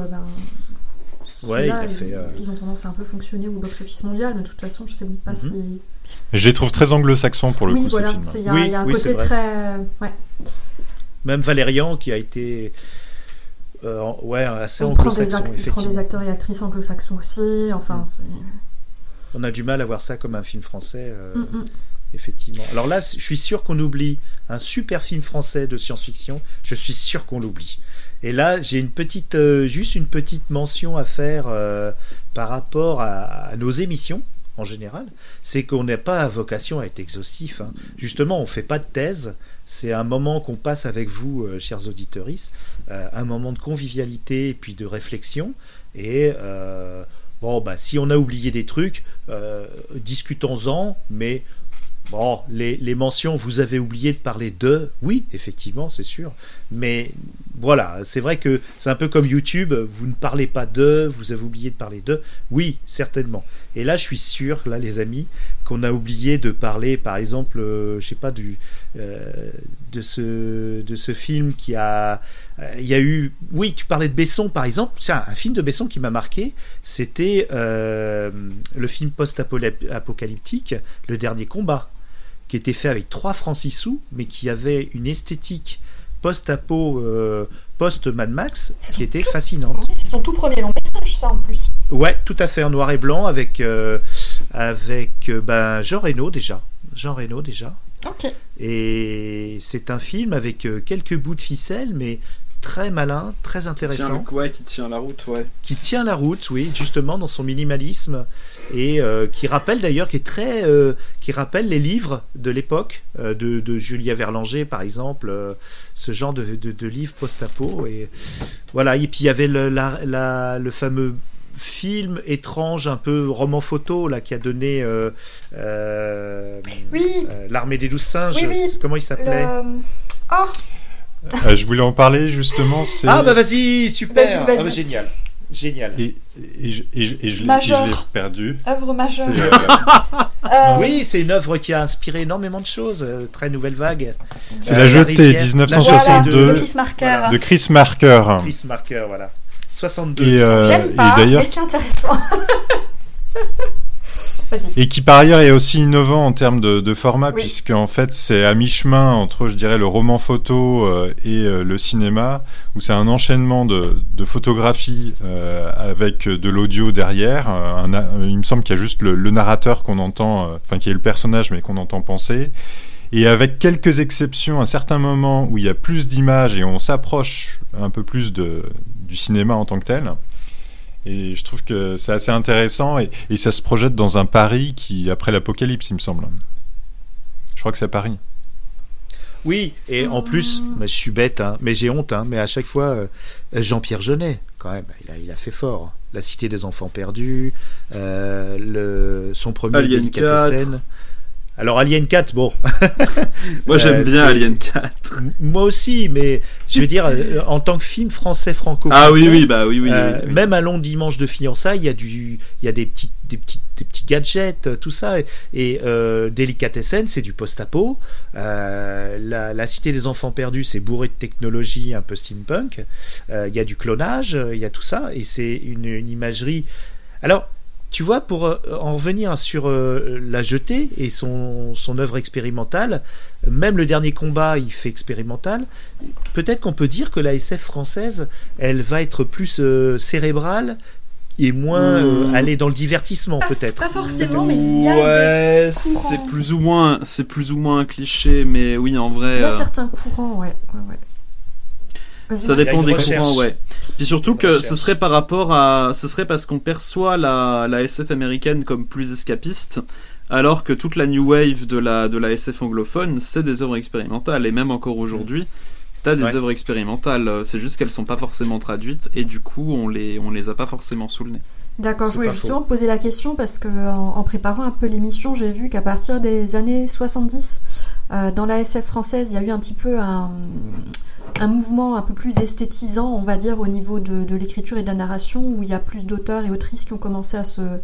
ils ont tendance à un peu fonctionner au box-office mondial, mais de toute façon, je sais pas si... Je les trouve très anglo-saxons pour le coup, voilà, ces films. Il y a un côté très... Ouais. Même Valérian, qui a été assez anglo-saxon, il prend des acteurs et actrices anglo-saxons aussi, enfin... On a du mal à voir ça comme un film français, effectivement. Alors là, je suis sûr qu'on oublie un super film français de science-fiction, je suis sûr qu'on l'oublie. Et là, j'ai juste une petite mention à faire par rapport à nos émissions, en général. C'est qu'on n'a pas vocation à être exhaustif, hein. Justement, on ne fait pas de thèse. C'est un moment qu'on passe avec vous, chers auditeuristes, un moment de convivialité et puis de réflexion. Et si on a oublié des trucs, discutons-en, mais... Bon, les mentions, vous avez oublié de parler de... Oui, effectivement, c'est sûr. Mais voilà, c'est vrai que c'est un peu comme YouTube, vous ne parlez pas de, vous avez oublié de parler de. Oui, certainement. Et là, je suis sûr, là, les amis, qu'on a oublié de parler, par exemple, je sais pas, de ce film qui a... Il y a eu... Oui, tu parlais de Besson, par exemple. Tiens, un film de Besson qui m'a marqué, c'était le film post-apocalyptique, Le Dernier Combat, qui était fait avec 3 francs 6 sous, mais qui avait une esthétique post-apo, post-Mad Max, qui était fascinante. Oui, c'est son tout premier long métrage, ça, en plus. Ouais, tout à fait, en noir et blanc, avec Jean Reno déjà. Ok. Et c'est un film avec quelques bouts de ficelle, mais très malin, très intéressant. Qui tient la route, ouais. Qui tient la route, oui, justement, dans son minimalisme, et qui rappelle d'ailleurs, qui rappelle les livres de l'époque, de Julia Verlanger, par exemple, ce genre de livres post-apo. Et voilà, et puis il y avait le fameux film étrange, un peu roman photo, là, qui a donné L'Armée des 12 singes. Oui. Comment il s'appelait Je voulais en parler justement. Ah bah vas-y, super. Vas-y. Ah, bah, génial. Et je l'ai perdu. Œuvre majeure. Oui, c'est une œuvre qui a inspiré énormément de choses. Très nouvelle vague. C'est La Jetée, 1962, de Chris Marker. De Chris Marker. Chris Marker, voilà. 62. J'aime pas, mais c'est intéressant. Vas-y. Et qui par ailleurs est aussi innovant en termes de format, Oui. puisque en fait c'est à mi-chemin entre, je dirais, le roman photo et le cinéma, où c'est un enchaînement de photographies avec de l'audio derrière. Il me semble qu'il y a juste le narrateur qu'on entend, qui est le personnage mais qu'on entend penser. Et avec quelques exceptions, à certains moments où il y a plus d'images et on s'approche un peu plus du cinéma en tant que tel. Et je trouve que c'est assez intéressant et ça se projette dans un Paris qui, après l'apocalypse, il me semble. Je crois que c'est à Paris. Oui, et en plus, je suis bête, mais j'ai honte, mais à chaque fois, Jean-Pierre Jeunet, quand même, il a fait fort. La Cité des Enfants Perdus, son premier Délicatessen. Alors Alien 4, bon. Moi j'aime bien Alien 4. Moi aussi, mais je veux dire, en tant que film français franco-français. Ah oui. Même un long dimanche de fiançailles, il y a des petits gadgets, tout ça. Et Délicatessen, c'est du post-apo. La Cité des Enfants Perdus, c'est bourré de technologie, un peu steampunk. Il y a du clonage, il y a tout ça. Et c'est une imagerie. Alors, tu vois, pour en revenir sur La Jetée et son œuvre expérimentale, même le dernier combat, il fait expérimental. Peut-être qu'on peut dire que la SF française, elle va être plus cérébrale et moins aller dans le divertissement, peut-être. Pas forcément, mais il y a des courants. c'est plus ou moins un cliché, mais oui, en vrai. Il y a certains courants, ouais. Ça dépend des courants, ouais. Puis surtout que ce serait parce qu'on perçoit la SF américaine comme plus escapiste, alors que toute la new wave de la SF anglophone, c'est des œuvres expérimentales, et même encore aujourd'hui, t'as des œuvres expérimentales. C'est juste qu'elles sont pas forcément traduites, et du coup, on les a pas forcément sous le nez. D'accord, je voulais justement te poser la question parce que en préparant un peu l'émission, j'ai vu qu'à partir des années 70, dans la SF française, il y a eu un petit peu un mouvement un peu plus esthétisant, on va dire, au niveau de l'écriture et de la narration, où il y a plus d'auteurs et autrices qui ont commencé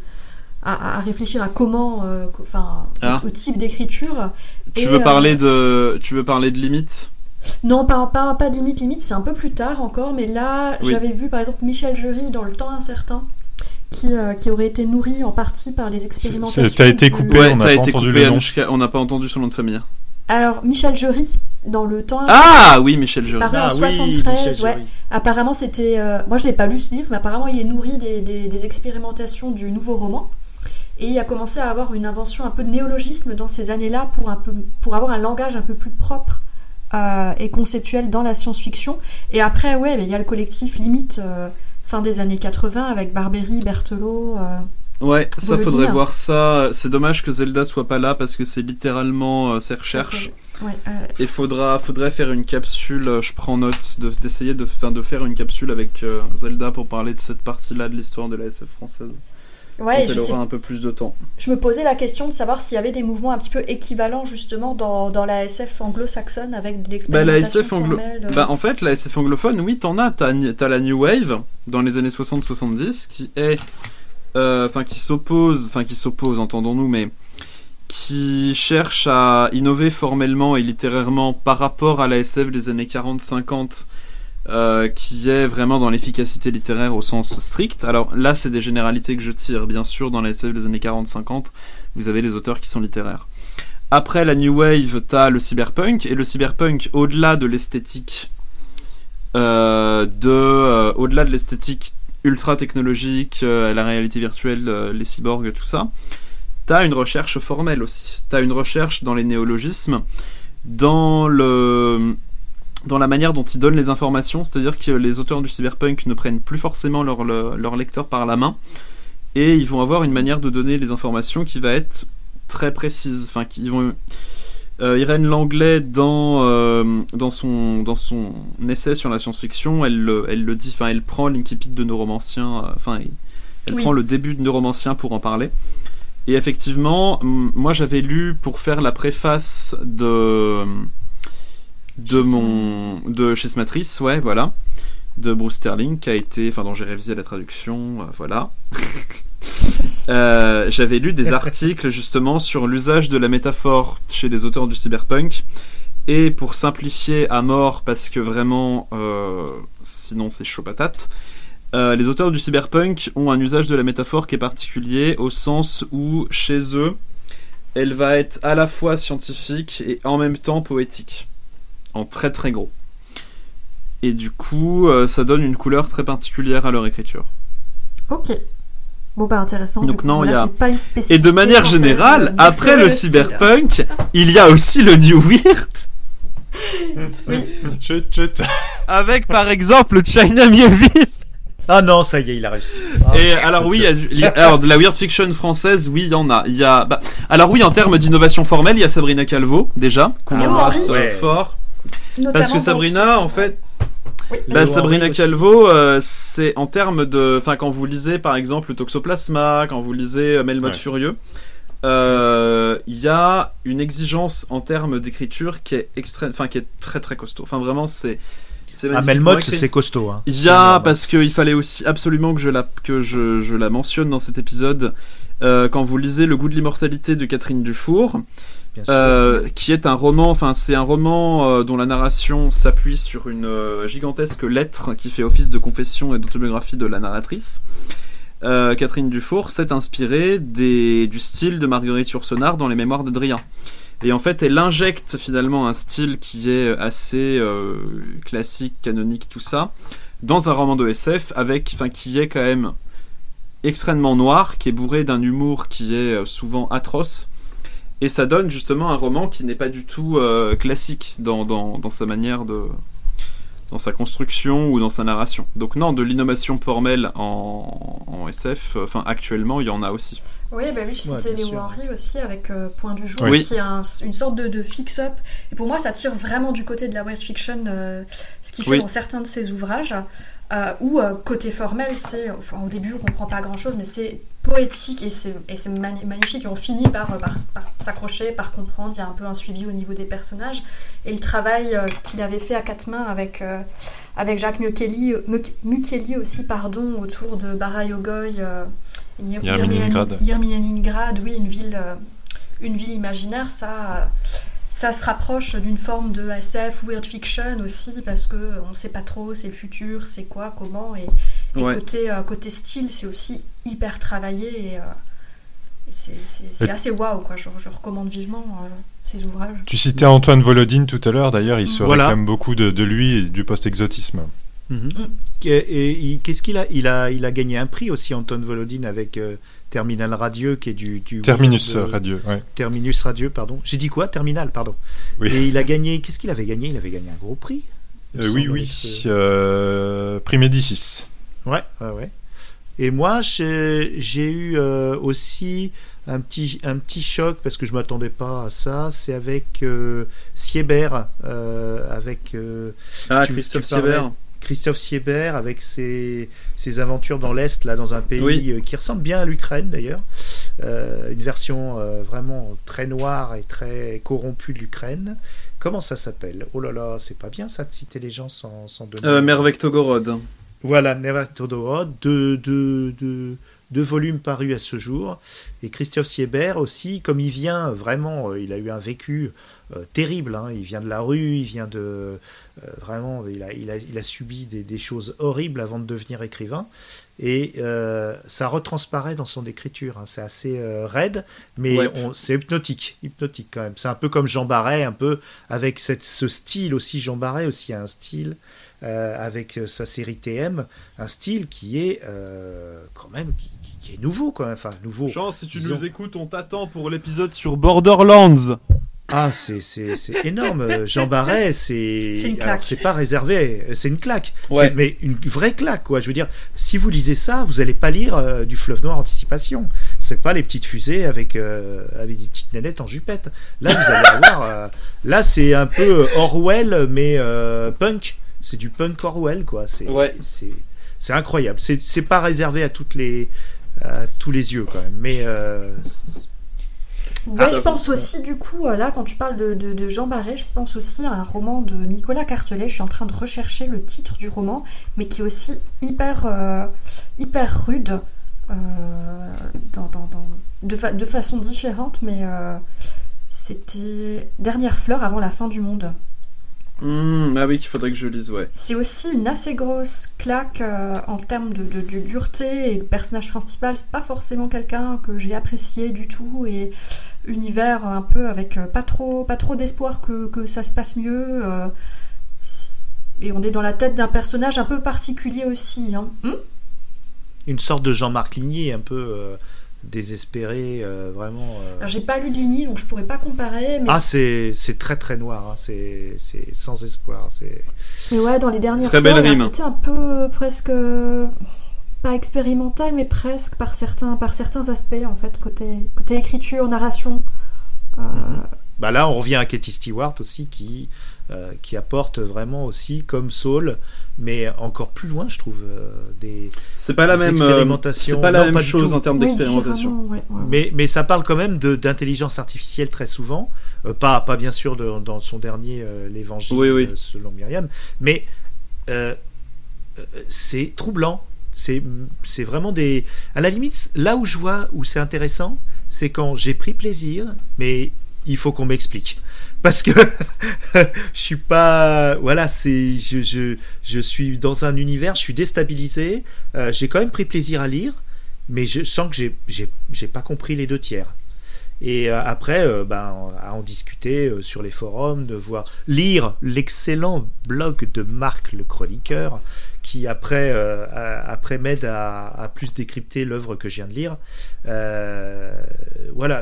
à réfléchir à comment, au type d'écriture. Tu veux parler de limites ? Non, pas de limite, c'est un peu plus tard encore, mais là, j'avais vu par exemple Michel Jury dans Le Temps incertain, qui aurait été nourri en partie par les expérimentations. T'as été coupé, on n'a pas entendu le nom. On n'a pas entendu son nom de famille. Alors, Michel Jury, dans Le Temps Ah oui, Michel Jury. Paru en 73, ouais. Apparemment, c'était... moi, je l'ai pas lu ce livre, mais apparemment, il est nourri des expérimentations du nouveau roman. Et il a commencé à avoir une invention un peu de néologisme dans ces années-là pour avoir un langage un peu plus propre et conceptuel dans la science-fiction. Et après, il y a le collectif Limite, fin des années 80, avec Barbery, Berthelot... Ouais, ça faudrait voir ça. C'est dommage que Zelda soit pas là parce que c'est littéralement ses recherches. Et faudrait faire une capsule. Je prends note d'essayer de faire une capsule avec Zelda pour parler de cette partie-là de l'histoire de la SF française. Ouais, elle aura un peu plus de temps. Je me posais la question de savoir s'il y avait des mouvements un petit peu équivalents justement dans la SF anglo-saxonne avec de l'expérimentation formelle. En fait, la SF anglophone, oui, t'as la New Wave dans les années 60-70 qui est qui s'oppose, entendons-nous, mais qui cherche à innover formellement et littérairement par rapport à la SF des années 40-50, qui est vraiment dans l'efficacité littéraire au sens strict. Alors là, c'est des généralités que je tire, bien sûr, dans la SF des années 40-50, vous avez les auteurs qui sont littéraires. Après la New Wave, t'as le cyberpunk, et le cyberpunk, au-delà de l'esthétique, au-delà de l'esthétique ultra technologique, la réalité virtuelle, les cyborgs, tout ça, t'as une recherche formelle aussi. T'as une recherche dans les néologismes, dans dans la manière dont ils donnent les informations, c'est-à-dire que les auteurs du cyberpunk ne prennent plus forcément leur lecteur par la main, et ils vont avoir une manière de donner les informations qui va être très précise. Enfin, Irène Langlais dans son essai sur la science-fiction, elle le dit. Enfin, elle prend l'incipit de Neuromancien. Elle prend le début de Neuromancien pour en parler. Et effectivement, moi j'avais lu pour faire la préface de chez Matrice, ouais, voilà, de Bruce Sterling, dont j'ai révisé la traduction, voilà. J'avais lu des articles justement sur l'usage de la métaphore chez les auteurs du cyberpunk, et pour simplifier à mort, parce que vraiment, sinon c'est chaud patate, les auteurs du cyberpunk ont un usage de la métaphore qui est particulier, au sens où chez eux, elle va être à la fois scientifique et en même temps poétique, en très très gros. Et du coup, ça donne une couleur très particulière à leur écriture. Ok. Bon, bah intéressant. Donc non, il y a... Pas une spécificité et de manière générale, après le cyberpunk, il y a aussi le New Weird. Oui. Chut. Avec par exemple China Miéville. Ah non, ça y est, il a réussi. Et alors oui, alors de la weird fiction française, oui, il y en a. Alors oui, en termes d'innovation formelle, il y a Sabrina Calvo déjà qu'on embrasse fort. Notamment parce que Sabrina, en fait, oui. Sabrina Calvo, c'est en termes de, quand vous lisez par exemple Toxoplasma, quand vous lisez Melmoth Furieux, il y a une exigence en termes d'écriture qui est extrême, qui est très très costaud. Enfin vraiment, c'est Melmoth, c'est costaud. Hein. Il y a, parce qu'il fallait aussi absolument que je la mentionne dans cet épisode, quand vous lisez Le goût de l'immortalité de Catherine Dufour, qui est un roman, c'est un roman dont la narration s'appuie sur une gigantesque lettre qui fait office de confession et d'autobiographie de la narratrice. Catherine Dufour s'est inspirée du style de Marguerite Yourcenar dans Les Mémoires d'Adrien. Et en fait, elle injecte finalement un style qui est assez classique, canonique, tout ça, dans un roman de SF qui est quand même extrêmement noir, qui est bourré d'un humour qui est souvent atroce. Et ça donne justement un roman qui n'est pas du tout classique dans sa manière dans sa construction ou dans sa narration. Donc non, de l'innovation formelle en SF, actuellement, il y en a aussi. Oui, je citais Léo Henry aussi avec Point du jour, oui. qui est une sorte de fix-up. Et pour moi, ça tire vraiment du côté de la weird fiction, ce qu'il fait dans certains de ses ouvrages, où côté formel, c'est, au début, on comprend pas grand-chose, mais c'est poétique et c'est magnifique. Et on finit par s'accrocher, par comprendre. Il y a un peu un suivi au niveau des personnages. Et le travail qu'il avait fait à quatre mains avec Jacques Mukieli aussi, autour de Barayogoy, Yermin-Leningrad, oui, une ville imaginaire, ça se rapproche d'une forme de SF weird fiction aussi, parce que on sait pas trop, c'est le futur, c'est quoi, comment, et côté style, c'est aussi hyper travaillé, et c'est assez waouh, quoi. Je recommande vivement ces ouvrages. Tu citais Antoine Volodine tout à l'heure, d'ailleurs, il se réclame beaucoup de lui et du post-exotisme. Et qu'est-ce qu'il a il a gagné un prix aussi, Antoine Volodine, avec Terminal Radieux, qui est du Terminus Radieux, ouais. Terminus Radieux, pardon. J'ai dit quoi? Terminal, pardon. Oui. Et il a gagné, qu'est-ce qu'il avait gagné? Il avait gagné un gros prix. Prix Médicis. Ouais. Et moi, j'ai eu aussi un petit choc, parce que je m'attendais pas à ça. C'est avec Siebert, Christophe Siebert. Christophe Siebert, avec ses aventures dans l'Est, là, dans un pays qui ressemble bien à l'Ukraine d'ailleurs, une version vraiment très noire et très corrompue de l'Ukraine. Comment ça s'appelle? Oh là là, c'est pas bien ça de citer les gens sans donner. Mervektogorod. Voilà, Mervektogorod, deux volumes parus à ce jour. Et Christophe Siebert aussi, comme il vient vraiment, il a eu un vécu terrible, hein. Il vient de la rue, il vient de vraiment, il a subi des choses horribles avant de devenir écrivain, et ça retransparaît dans son écriture, hein. C'est assez raide, mais c'est hypnotique quand même. C'est un peu comme Jean Barret, un peu avec ce style aussi. Jean Barret aussi a un style avec sa série TM, un style qui est quand même qui est nouveau, quoi. Enfin nouveau. Jean, si tu nous écoutes, on t'attend pour l'épisode sur Borderlands. Ah, c'est énorme. Jean Barret, C'est une claque. Alors, c'est pas réservé, c'est une claque. Ouais. Mais une vraie claque, quoi. Je veux dire, si vous lisez ça, vous allez pas lire du Fleuve Noir Anticipation. C'est pas les petites fusées avec des petites nénettes en jupette. Là, vous allez avoir. Là, c'est un peu Orwell, mais punk. C'est du punk Orwell, quoi. C'est incroyable. C'est pas réservé à tous les yeux, quand même. Mais Ouais, je pense aussi, du coup, là, quand tu parles de Jean Barret, je pense aussi à un roman de Nicolas Cartelet. Je suis en train de rechercher le titre du roman, mais qui est aussi hyper rude, de façon différente, mais c'était Dernière fleur avant la fin du monde. Ah oui, qu'il faudrait que je lise, ouais. C'est aussi une assez grosse claque en termes de dureté, et le personnage principal, c'est pas forcément quelqu'un que j'ai apprécié du tout, et univers un peu avec pas trop d'espoir que ça se passe mieux, et on est dans la tête d'un personnage un peu particulier aussi, hein. une sorte de Jean-Marc Ligny, un peu désespéré, vraiment. Alors, j'ai pas lu Ligny, donc je pourrais pas comparer. Mais... Ah, c'est très très noir, hein. C'est sans espoir. Mais ouais, dans les dernières très fois, belle rime. C'était un peu presque pas expérimental, mais presque par certains aspects, en fait, côté écriture, narration. Bah là, on revient à Katie Stewart aussi, qui apporte vraiment aussi, comme Saul, mais encore plus loin, je trouve, c'est pas la même expérimentations. C'est pas la Non, même du chose tout. en termes d'expérimentation. Ouais. Mais ça parle quand même d'intelligence artificielle très souvent, pas bien sûr dans son dernier l'Évangile, oui. Selon Myriam, mais c'est troublant. C'est vraiment des... À la limite, là où je vois où c'est intéressant, c'est quand j'ai pris plaisir, mais il faut qu'on m'explique. Parce que je suis pas... Voilà, je suis dans un univers, je suis déstabilisé, j'ai quand même pris plaisir à lire, mais je sens que j'ai pas compris les 2/3. Et après, à en discuter sur les forums, lire l'excellent blog de Marc le chroniqueur, qui après m'aide à plus décrypter l'œuvre que je viens de lire. Voilà,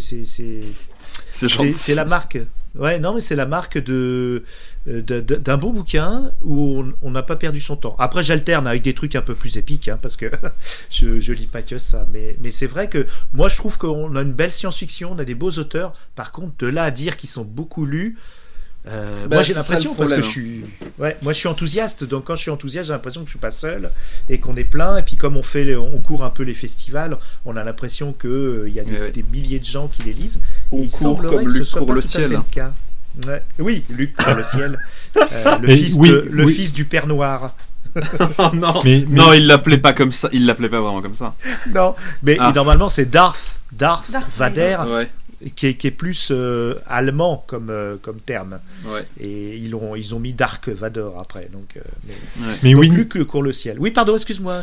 c'est la marque. Ouais, non, mais c'est la marque d'un bon bouquin où on n'a pas perdu son temps. Après, j'alterne avec des trucs un peu plus épiques, hein, parce que je lis pas que ça. Mais c'est vrai que moi, je trouve qu'on a une belle science-fiction, on a des beaux auteurs. Par contre, de là à dire qu'ils sont beaucoup lus, moi j'ai l'impression, parce que je suis enthousiaste, donc quand je suis enthousiaste, j'ai l'impression que je suis pas seul et qu'on est plein. Et puis comme on court un peu les festivals, on a l'impression que il y a des milliers de gens qui les lisent. On court comme Luc court le ciel. Le cas. Ouais. Oui, Luc court le ciel, le fils du Père Noir. Oh non, non, il l'appelait pas comme ça. Il l'appelait pas vraiment comme ça. Non, mais normalement c'est Darth Vader. Ouais. Qui est plus allemand comme terme. Ouais. Et ils ont mis Dark Vador après. Donc, mais donc oui. Luc court le ciel. Oui, pardon, excuse-moi.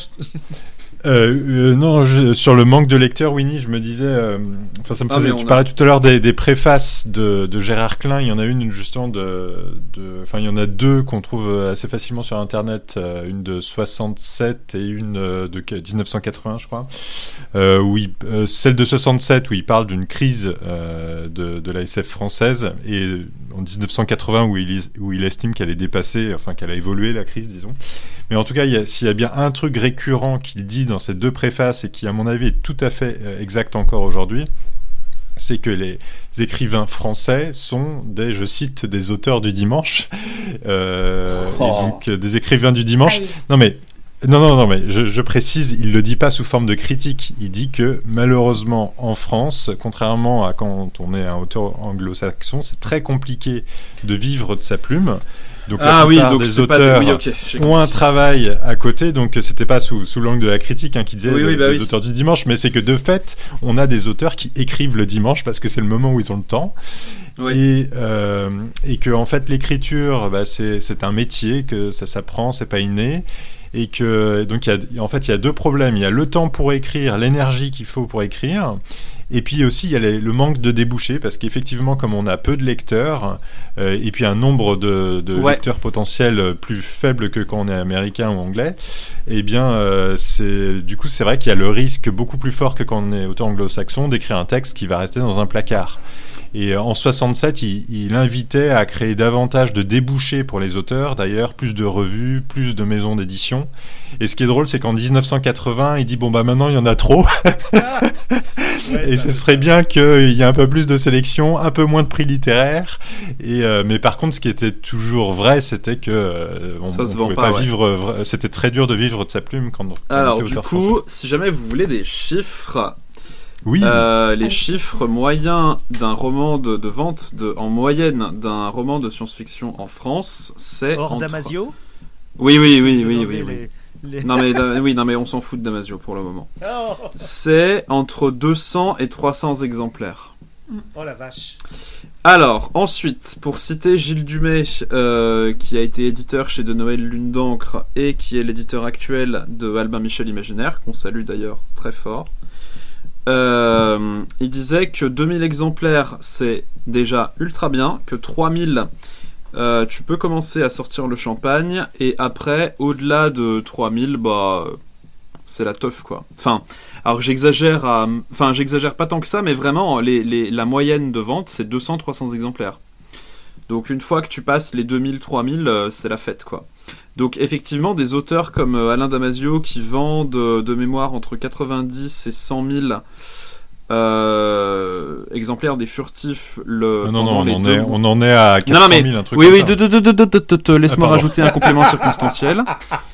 Non, sur le manque de lecteurs, Winnie, je me disais, ça me faisait. Tu parlais tout à l'heure des préfaces de Gérard Klein. Il y en a une justement il y en a deux qu'on trouve assez facilement sur Internet, une de 67 et une de 1980, je crois. Celle de 67 où il parle d'une crise de la SF française, et en 1980 où il estime qu'elle est dépassée, qu'elle a évolué, la crise, disons. Mais en tout cas, s'il y a bien un truc récurrent qu'il dit dans ces deux préfaces et qui, à mon avis, est tout à fait exact encore aujourd'hui, c'est que les écrivains français sont je cite, des auteurs du dimanche. Et donc, des écrivains du dimanche. Aïe. Non, mais je précise, il le dit pas sous forme de critique. Il dit que, malheureusement, en France, contrairement à quand on est un auteur anglo-saxon, c'est très compliqué de vivre de sa plume. Donc la plupart des auteurs ont un travail à côté, donc c'était pas sous l'angle de la critique qui disait des auteurs du dimanche, mais c'est que de fait, on a des auteurs qui écrivent le dimanche parce que c'est le moment où ils ont le temps. Oui. Et que en fait l'écriture, c'est un métier, que ça s'apprend, c'est pas inné. Et que donc il y a deux problèmes. Il y a le temps pour écrire, l'énergie qu'il faut pour écrire, et puis aussi il y a le manque de débouchés, parce qu'effectivement, comme on a peu de lecteurs, et puis un nombre de lecteurs potentiels plus faible que quand on est américain ou anglais, eh bien c'est vrai qu'il y a le risque beaucoup plus fort que quand on est auteur anglo-saxon d'écrire un texte qui va rester dans un placard. Et en 67, il invitait à créer davantage de débouchés pour les auteurs, d'ailleurs, plus de revues, plus de maisons d'édition. Et ce qui est drôle, c'est qu'en 1980, il dit bon bah maintenant il y en a trop. Et ce serait bien qu'il y ait un peu plus de sélection, un peu moins de prix littéraires. Mais par contre, ce qui était toujours vrai, c'était que on pouvait pas vivre. C'était très dur de vivre de sa plume quand on Alors était du auteur coup, français. si jamais vous voulez des chiffres, Oui. les chiffres moyens d'un roman de vente en moyenne d'un roman de science-fiction en France, c'est Hors Damasio. Oui. Les... Non mais on s'en fout de Damasio pour le moment. Oh, C'est entre 200 et 300 exemplaires. oh la vache. Alors, ensuite, pour citer Gilles Dumay, qui a été éditeur chez De Noël Lune d'encre et qui est l'éditeur actuel de Albin Michel Imaginaire, qu'on salue d'ailleurs très fort, il disait que 2000 exemplaires, c'est déjà ultra bien, que 3000, tu peux commencer à sortir le champagne, et après, au-delà de 3000, bah... c'est la teuf quoi. Alors j'exagère pas tant que ça, mais vraiment la moyenne de vente c'est 200-300 exemplaires. Donc une fois que tu passes les 2000-3000, c'est la fête quoi. Donc effectivement des auteurs comme Alain Damasio qui vendent de mémoire entre 90 et 100 000 exemplaires des Furtifs on en est à 400 000, un truc oui, comme ça. Laisse-moi rajouter un complément circonstanciel.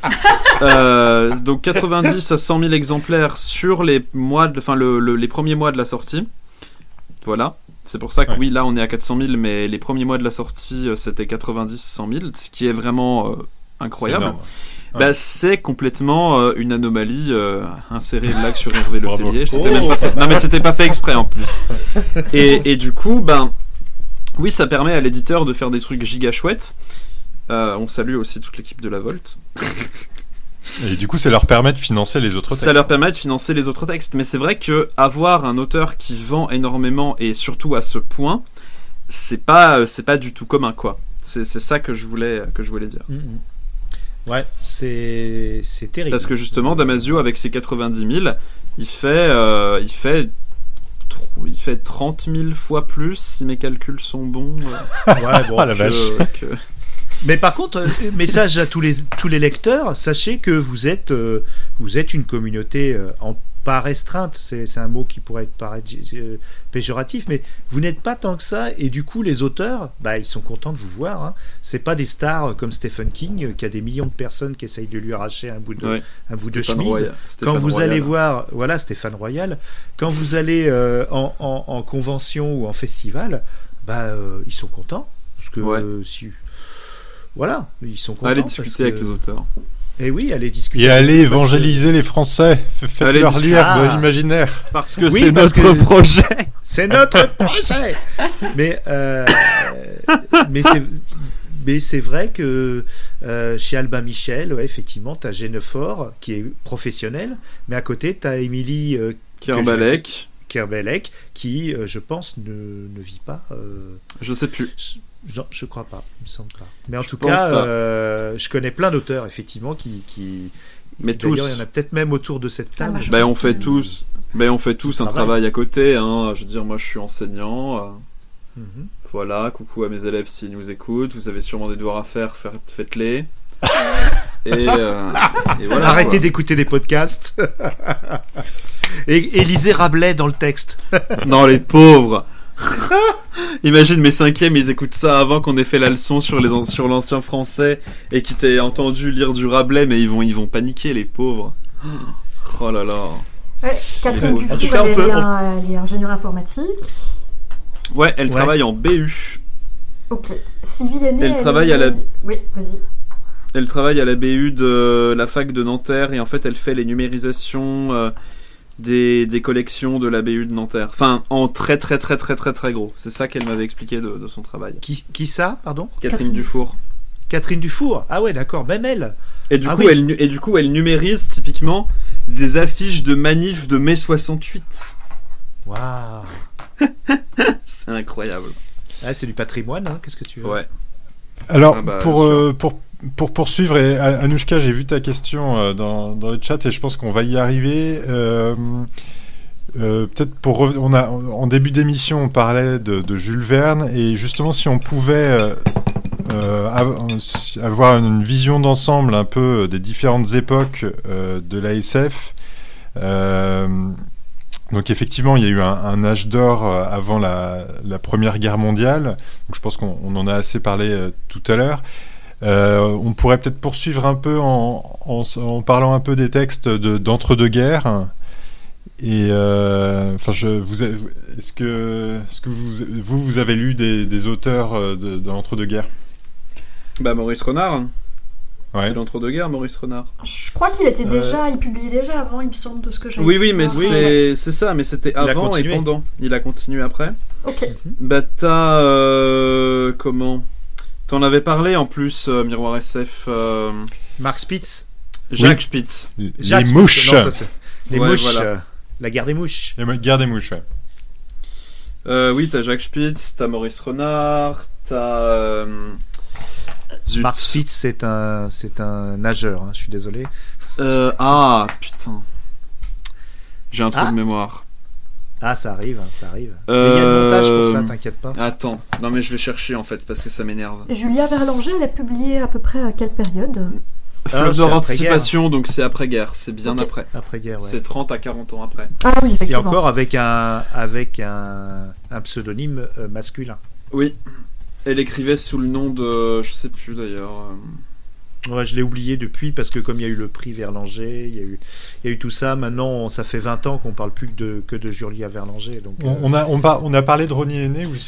Donc 90 à 100 000 exemplaires sur les mois les premiers mois de la sortie. Voilà. C'est pour ça que oui, là on est à 400 000, mais les premiers mois de la sortie c'était 90-100 000, ce qui est vraiment incroyable. C'est complètement une anomalie. Insérer une blague sur Hervé Le Tellier. C'était même pas fait. Non mais c'était pas fait exprès en plus. Et du coup, oui, ça permet à l'éditeur de faire des trucs giga chouettes. On salue aussi toute l'équipe de La Volte. Et du coup, ça leur permet de financer les autres textes. Ça leur permet de financer les autres textes. Mais c'est vrai que avoir un auteur qui vend énormément et surtout à ce point, c'est pas du tout commun quoi. C'est ça que je voulais dire. Ouais, c'est terrible. Parce que justement, Damasio avec ses 90 000, il fait 30 000 fois plus si mes calculs sont bons. Ouais, bon, la vache. Mais par contre, message à tous les lecteurs, sachez que vous êtes une communauté pas restreinte, c'est un mot qui pourrait paraître péjoratif, mais vous n'êtes pas tant que ça, et du coup les auteurs, ils sont contents de vous voir. Hein. C'est pas des stars comme Stephen King qui a des millions de personnes qui essayent de lui arracher un bout de chemise. Quand vous allez voir, voilà, Stéphane Royal, quand vous allez en convention ou en festival, ils sont contents parce que voilà, ils sont contents. Allez discuter avec les auteurs. Et oui, allez discuter. Et allez évangéliser les Français. Faites-leur lire de l'imaginaire. Parce que c'est notre projet. C'est notre projet. Mais c'est vrai que chez Albin Michel, effectivement, t'as Genefort qui est professionnelle, mais à côté t'as Émilie Kerbelec qui, je pense, ne vit pas. Je sais plus. Je crois pas, il me semble pas. Mais en tout cas, je connais plein d'auteurs effectivement qui... Mais tous. D'ailleurs, il y en a peut-être même autour de cette table. On fait tous un travail à côté. Hein. Je veux dire, moi, je suis enseignant. Voilà, coucou à mes élèves s'ils nous écoutent. Vous avez sûrement des devoirs à faire, faites-les. Et voilà. Arrêtez d'écouter des podcasts. et lisez Rabelais dans le texte. Non, les pauvres. Imagine mes cinquièmes, ils écoutent ça avant qu'on ait fait la leçon sur l'ancien français et qu'ils t'aient entendu lire du Rabelais, mais ils vont paniquer, les pauvres. Oh là là. Ouais, Catherine Dufour, elle est ingénieure informatique. Ouais, elle travaille en BU. Ok. Sylvie Lenné, elle travaille à la... Oui, vas-y. Elle travaille à la BU de la fac de Nanterre et en fait elle fait les numérisations des collections de la BU de Nanterre. Enfin, en très très très très très très gros. C'est ça qu'elle m'avait expliqué de son travail. Qui ça, pardon ? Catherine Dufour. Catherine Dufour. Ah ouais, d'accord, même elle. Et du coup, elle numérise typiquement des affiches de manifs de mai 68. Waouh. C'est incroyable. Ah, c'est du patrimoine, hein. Qu'est-ce que tu veux ? Ouais. Alors, pour poursuivre, et Anouchka, j'ai vu ta question dans le chat et je pense qu'on va y arriver. Peut-être en début d'émission, on parlait de Jules Verne, et justement, si on pouvait avoir une vision d'ensemble un peu des différentes époques de la SF. Donc effectivement, il y a eu un âge d'or avant la Première Guerre mondiale. Donc je pense qu'on en a assez parlé tout à l'heure. On pourrait peut-être poursuivre un peu en parlant un peu des textes d'entre-deux-guerres. Et est-ce que vous avez lu des auteurs d'entre-deux-guerres? Maurice Renard. Ouais. C'est l'entre-deux-guerres, Maurice Renard. Je crois qu'il était il publiait déjà avant, il me semble, de ce que j'avais Oui, pu mais voir. c'est ça, mais c'était avant et pendant. Il a continué après. Ok. T'as comment? T'en avais parlé en plus, Miroir SF. Mark Spitz. Jacques Spitz. Les mouches. Les Ouais, mouches. voilà. La guerre des mouches. La guerre des mouches, ouais. Oui, t'as Jacques Spitz, t'as Maurice Renard, t'as. Mark Spitz, c'est un nageur, je suis désolé. Putain. J'ai un trou de mémoire. Ah, ça arrive. Mais il y a le montage pour ça, t'inquiète pas. Attends, non mais je vais chercher en fait, parce que ça m'énerve. Et Julia Verlanger, elle a publié à peu près à quelle période? Fleuve d'or anticipation, donc c'est après-guerre, c'est bien après. Après-guerre, ouais. C'est 30 à 40 ans après. Ah oui, effectivement. Et encore avec un pseudonyme masculin. Oui. Elle écrivait sous le nom de... Je sais plus d'ailleurs. Ouais, je l'ai oublié depuis parce que comme il y a eu le prix Verlanger, il y a eu tout ça. Maintenant, ça fait 20 ans qu'on parle plus que de Julia Verlanger. Donc, on a parlé de Ronnie Henné ou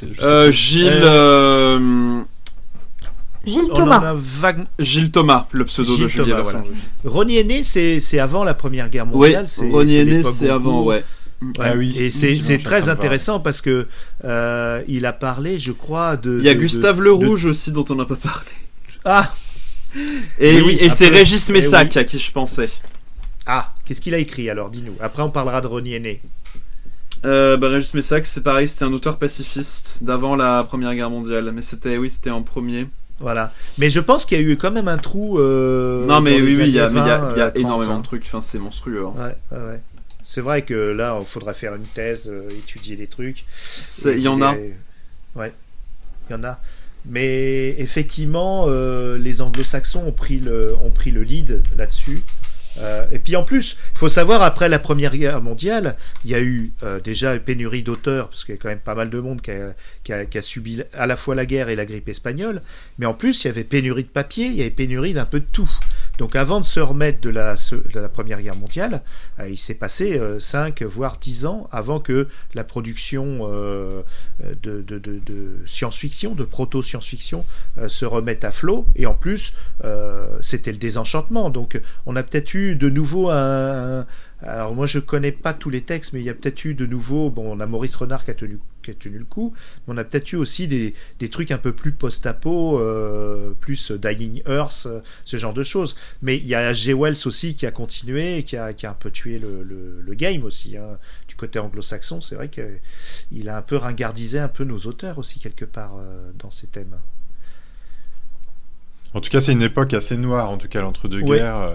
Gilles Thomas. Gilles Thomas, le pseudo de Julia Verlanger. Ronnie Henné, c'est avant la Première Guerre mondiale. Oui, Ronnie Henné, c'est avant, ouais. Ouais. Ah oui. Et c'est très intéressant parce que il a parlé, je crois, de... Il y a Gustave Le Rouge aussi dont on n'a pas parlé. Ah. Et oui, c'est Régis Messac à qui je pensais. Ah, qu'est-ce qu'il a écrit alors, dis-nous. Après on parlera de Ronnie Henné. Régis Messac, c'est pareil, c'était un auteur pacifiste d'avant la Première Guerre mondiale, mais c'était en premier. Voilà. Mais je pense qu'il y a eu quand même un trou. Non, mais oui, il y a énormément 30, de trucs. Enfin, c'est monstrueux. Hein. Ouais. C'est vrai que là, il faudrait faire une thèse, étudier des trucs. Il y en a. Ouais, il y en a. Mais effectivement, les Anglo-Saxons ont pris le lead là-dessus. Et puis en plus, il faut savoir, après la Première Guerre mondiale, il y a eu déjà une pénurie d'auteurs, parce qu'il y a quand même pas mal de monde qui a subi à la fois la guerre et la grippe espagnole, mais en plus il y avait pénurie de papier, il y avait pénurie d'un peu de tout. Donc avant de se remettre de la Première Guerre mondiale, il s'est passé 5 voire 10 ans avant que la production de science-fiction, de proto-science-fiction se remette à flot. Et en plus, c'était le désenchantement. Donc on a peut-être eu de nouveau alors moi je connais pas tous les textes, mais il y a peut-être eu de nouveau, bon, on a Maurice Renard qui a tenu le coup, mais on a peut-être eu aussi des trucs un peu plus post-apo, plus Dying Earth, ce genre de choses. Mais il y a H.G. Wells aussi qui a continué et qui a un peu tué le game aussi, hein. Du côté anglo-saxon, c'est vrai qu'il a un peu ringardisé un peu nos auteurs aussi quelque part dans ces thèmes. En tout cas, c'est une époque assez noire, en tout cas l'entre-deux-guerres.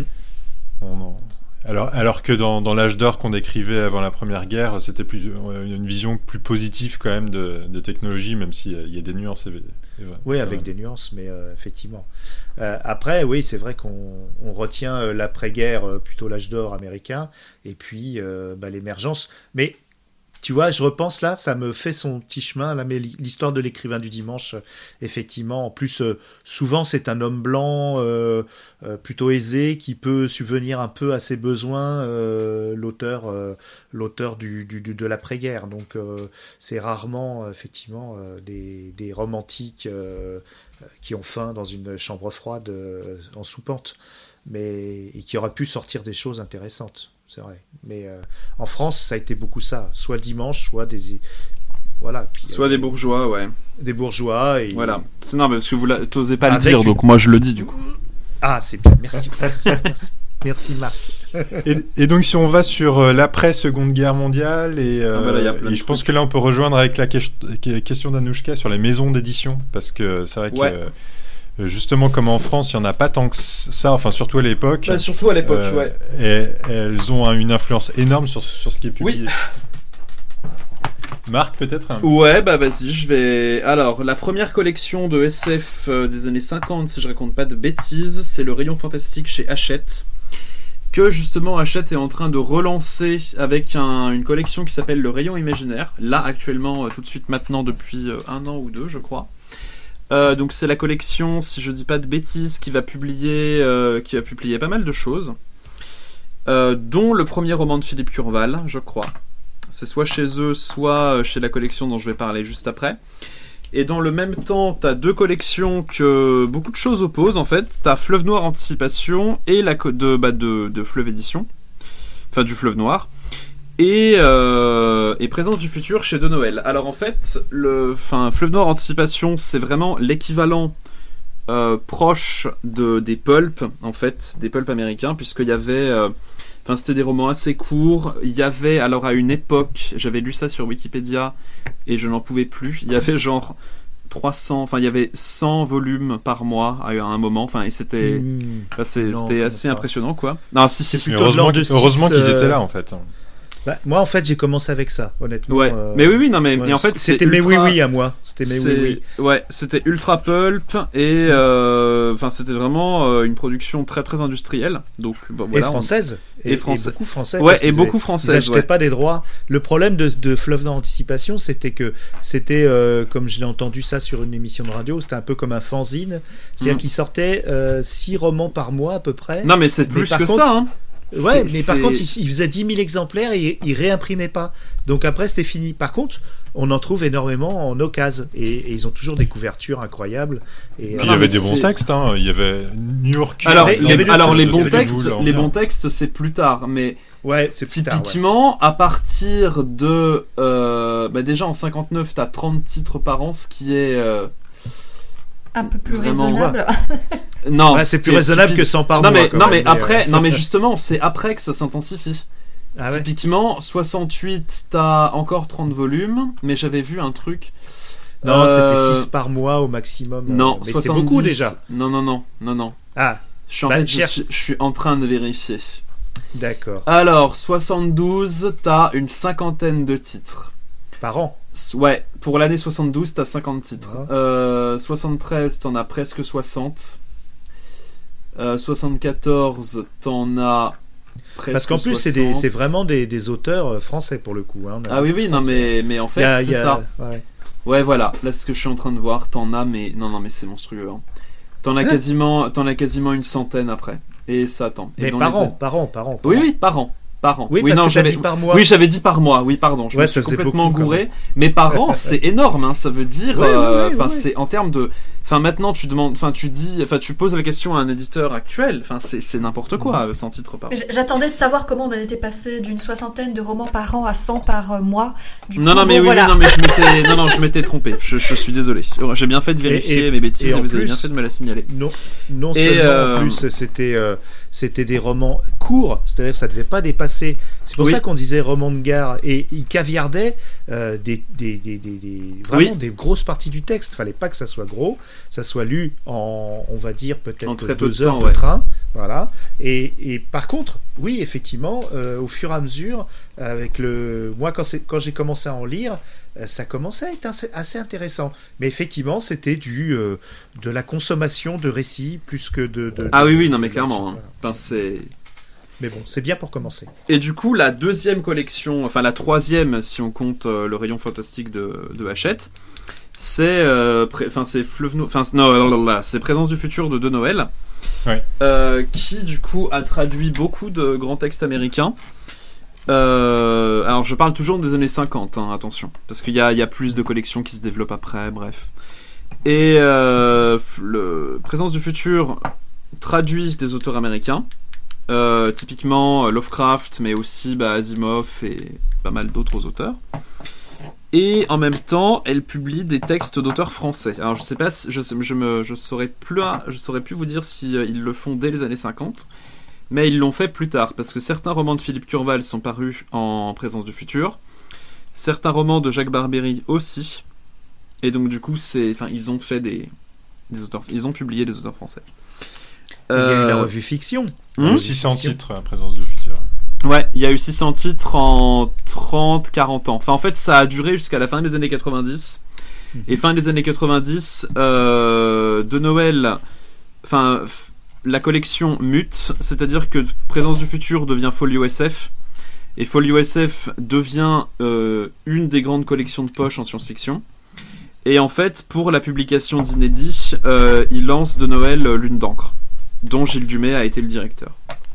Alors que dans l'âge d'or qu'on décrivait avant la Première Guerre, c'était une vision plus positive quand même de technologie, même s'il y a des nuances. Oui, avec des nuances, mais effectivement. Après, oui, c'est vrai qu'on retient l'après-guerre, plutôt l'âge d'or américain, et puis l'émergence. Mais tu vois, je repense là, ça me fait son petit chemin là, mais l'histoire de l'écrivain du dimanche, effectivement, en plus, souvent c'est un homme blanc, plutôt aisé, qui peut subvenir un peu à ses besoins, l'auteur de l'après-guerre. Donc c'est rarement effectivement des romantiques qui ont faim dans une chambre froide en soupente, et qui auraient pu sortir des choses intéressantes. C'est vrai. Mais en France, ça a été beaucoup ça. Soit dimanche, soit des... Voilà. Puis, soit des bourgeois, ouais. Des bourgeois. Et... Voilà. C'est normal, parce que vous n'osez pas le dire, donc moi je le dis du coup. Ah, c'est bien. Merci. Merci Marc. Et donc si on va sur l'après-Seconde Guerre mondiale, et je pense que là on peut rejoindre avec la question d'Anouchka sur les maisons d'édition, parce que c'est vrai que justement, comme en France, il n'y en a pas tant que ça, enfin surtout à l'époque. Bah, surtout à l'époque, ouais. Et elles ont une influence énorme sur ce qui est publié. Oui. Marc, peut-être Ouais, bah vas-y, je vais... Alors, la première collection de SF des années 50, si je raconte pas de bêtises, c'est le Rayon Fantastique chez Hachette, que justement Hachette est en train de relancer avec une collection qui s'appelle le Rayon Imaginaire, là actuellement, tout de suite maintenant, depuis 1 an ou 2, je crois. Donc c'est la collection, si je dis pas de bêtises, qui va publier pas mal de choses, dont le premier roman de Philippe Curval, je crois. C'est soit chez eux, soit chez la collection dont je vais parler juste après. Et dans le même temps, t'as 2 collections que beaucoup de choses opposent, en fait. T'as Fleuve Noir Anticipation et de Fleuve Édition. Enfin, du Fleuve Noir. Et Présence du Futur chez De Noël. Alors, en fait, Fleuve Noir Anticipation, c'est vraiment l'équivalent proche des pulps, en fait, des pulps américains, puisqu'il y avait... c'était des romans assez courts. Il y avait, alors à une époque, j'avais lu ça sur Wikipédia et je n'en pouvais plus. Il y avait genre 300, il y avait 100 volumes par mois à un moment. Et c'était, c'était assez impressionnant, quoi. Non, si. Heureusement qu'ils étaient là, en fait. Bah, moi, en fait, j'ai commencé avec ça, honnêtement. Ouais, mais oui, non, mais ouais, en fait, c'était mes oui à moi. C'était mes oui. Ouais, c'était ultra pulp et c'était vraiment une production très très industrielle. Donc, voilà, et française. Et beaucoup françaises. Ouais, et beaucoup françaises. Ils n'achetaient pas des droits. Le problème de Fleuve Noir Anticipation, c'était que c'était, comme je l'ai entendu ça sur une émission de radio, c'était un peu comme un fanzine. C'est-à-dire qu'il sortait 6 romans par mois à peu près. Non, mais c'est plus que ça, hein. Ouais, mais par contre, il faisait 10 000 exemplaires et il réimprimait pas. Donc après, c'était fini. Par contre, on en trouve énormément en occasion. Et ils ont toujours des couvertures incroyables. Et puis il y avait des bons textes, hein. Il y a New York. Alors, les bons textes, c'est plus tard. Mais ouais, c'est plus typiquement, à partir de... déjà, en 59, t'as 30 titres par an, ce qui est... un peu plus raisonnable. Non, c'est plus raisonnable que 100 par mois. Mais justement, c'est après que ça s'intensifie. Ah ouais. Typiquement, 68, t'as encore 30 volumes, mais j'avais vu un truc. Non, c'était 6 par mois au maximum. Non, mais c'était beaucoup déjà. Non. Ah. Je suis en train de vérifier. D'accord. Alors, 72, t'as une 50aine de titres. Par an. Ouais, pour l'année 72, t'as 50 titres. 73, t'en as presque 60. 74, t'en as presque 60. Parce qu'en plus, c'est vraiment des auteurs français pour le coup. Hein, oui, non, mais en fait, c'est ça. Ouais, voilà, là, ce que je suis en train de voir, t'en as, mais non, mais c'est monstrueux. Hein. T'en as quasiment une centaine après. Et ça attend. Mais par an. Oui, par an. Oui, parce que j'avais dit par mois. Oui, j'avais dit par mois. Oui, pardon. Je me suis complètement gouré. Mais par an, c'est énorme. Hein. Ça veut dire, c'est en termes de. Maintenant, tu poses la question à un éditeur actuel. C'est n'importe quoi, 100 titres par an. J'attendais de savoir comment on était passé d'une 60aine de romans par an à 100 par mois. Je m'étais trompé. Je suis désolé. J'ai bien fait de vérifier mes bêtises et vous avez bien fait de me la signaler. Non seulement en plus, c'était des romans courts, c'est-à-dire que ça devait pas dépasser. C'est pour ça qu'on disait roman de gare, et il caviardait des grosses parties du texte. Fallait pas que ça soit gros, ça soit lu en, on va dire peut-être 2 heures de train, voilà. Et par contre, oui, effectivement, au fur et à mesure, avec moi quand j'ai commencé à en lire, ça commençait à être assez intéressant. Mais effectivement, c'était de la consommation de récits plus que de oui, non, mais clairement. Hein. Mais bon, c'est bien pour commencer. Et du coup, la deuxième collection, la troisième, si on compte le rayon fantastique de Hachette, c'est Fleuve Noir. C'est Présence du Futur de Noël, qui du coup a traduit beaucoup de grands textes américains. Alors je parle toujours des années 50, hein, attention, parce qu'il y a plus de collections qui se développent après, bref. Et Présence du Futur traduit des auteurs américains, typiquement Lovecraft, mais aussi Asimov et pas mal d'autres auteurs. Et en même temps, elle publie des textes d'auteurs français. Alors je sais pas, je saurais plus vous dire si ils le font dès les années 50. Mais ils l'ont fait plus tard, parce que certains romans de Philippe Curval sont parus en Présence du Futur, certains romans de Jacques Barbery aussi, et donc du coup ils ont fait Ils ont publié des auteurs français. Il y a eu la revue Fiction. 600 titres à Présence du futur. Ouais, il y a eu 600 titres en 30-40 ans. Enfin, en fait, ça a duré jusqu'à la fin des années 90. Et fin des années 90, de Noël, enfin, la collection mute, c'est-à-dire que Présence du futur devient Folio SF. Et Folio SF devient une des grandes collections de poche en science-fiction. Et en fait, pour la publication d'inédits, il lance de Noël Lune d'encre, dont Gilles Dumais a été le directeur.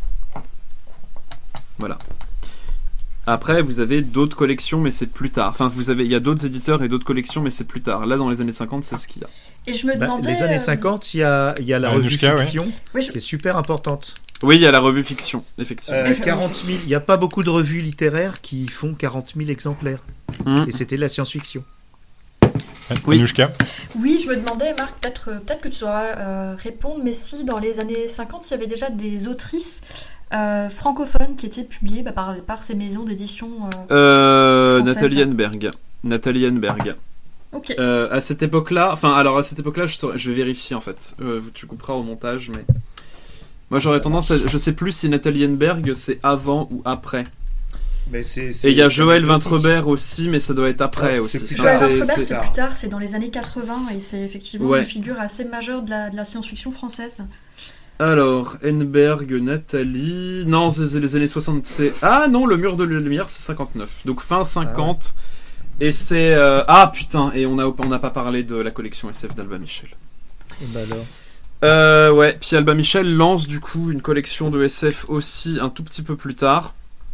Voilà. Après, vous avez d'autres collections, mais c'est plus tard. Enfin, il y a d'autres éditeurs et d'autres collections, mais c'est plus tard. Là, dans les années 50, c'est ce qu'il y a. Et je me demandais... les années 50, il y a la revue Fiction, qui est super importante. Oui, il y a la revue Fiction, effectivement. 40 000, il n'y a pas beaucoup de revues littéraires qui font 40 000 exemplaires. Et c'était la science-fiction. Oui. Anouchka. Oui, je me demandais, Marc, peut-être que tu sauras répondre, mais si dans les années 50, il y avait déjà des autrices francophones qui étaient publiées par ces maisons d'édition Nathalie Henneberg. Ok. À cette époque-là, je vais vérifier en fait. Tu couperas au montage, mais moi j'aurais tendance à... Je sais plus si Nathalie Henneberg c'est avant ou après. Mais et il y a Joël Vintrebert aussi, mais ça doit être après aussi. Joël Vintrebert, c'est plus tard, c'est dans les années 80 et c'est effectivement une figure assez majeure de la science-fiction française. Alors, Henneberg, Nathalie... Non, c'est les années 60. Ah non, Le Mur de Lumière, c'est 59. Donc fin 50. Et c'est... Ah putain, et on n'a pas parlé de la collection SF d'Alba Michel. Et bah alors ouais, puis Alba Michel lance du coup une collection de SF aussi un tout petit peu plus tard.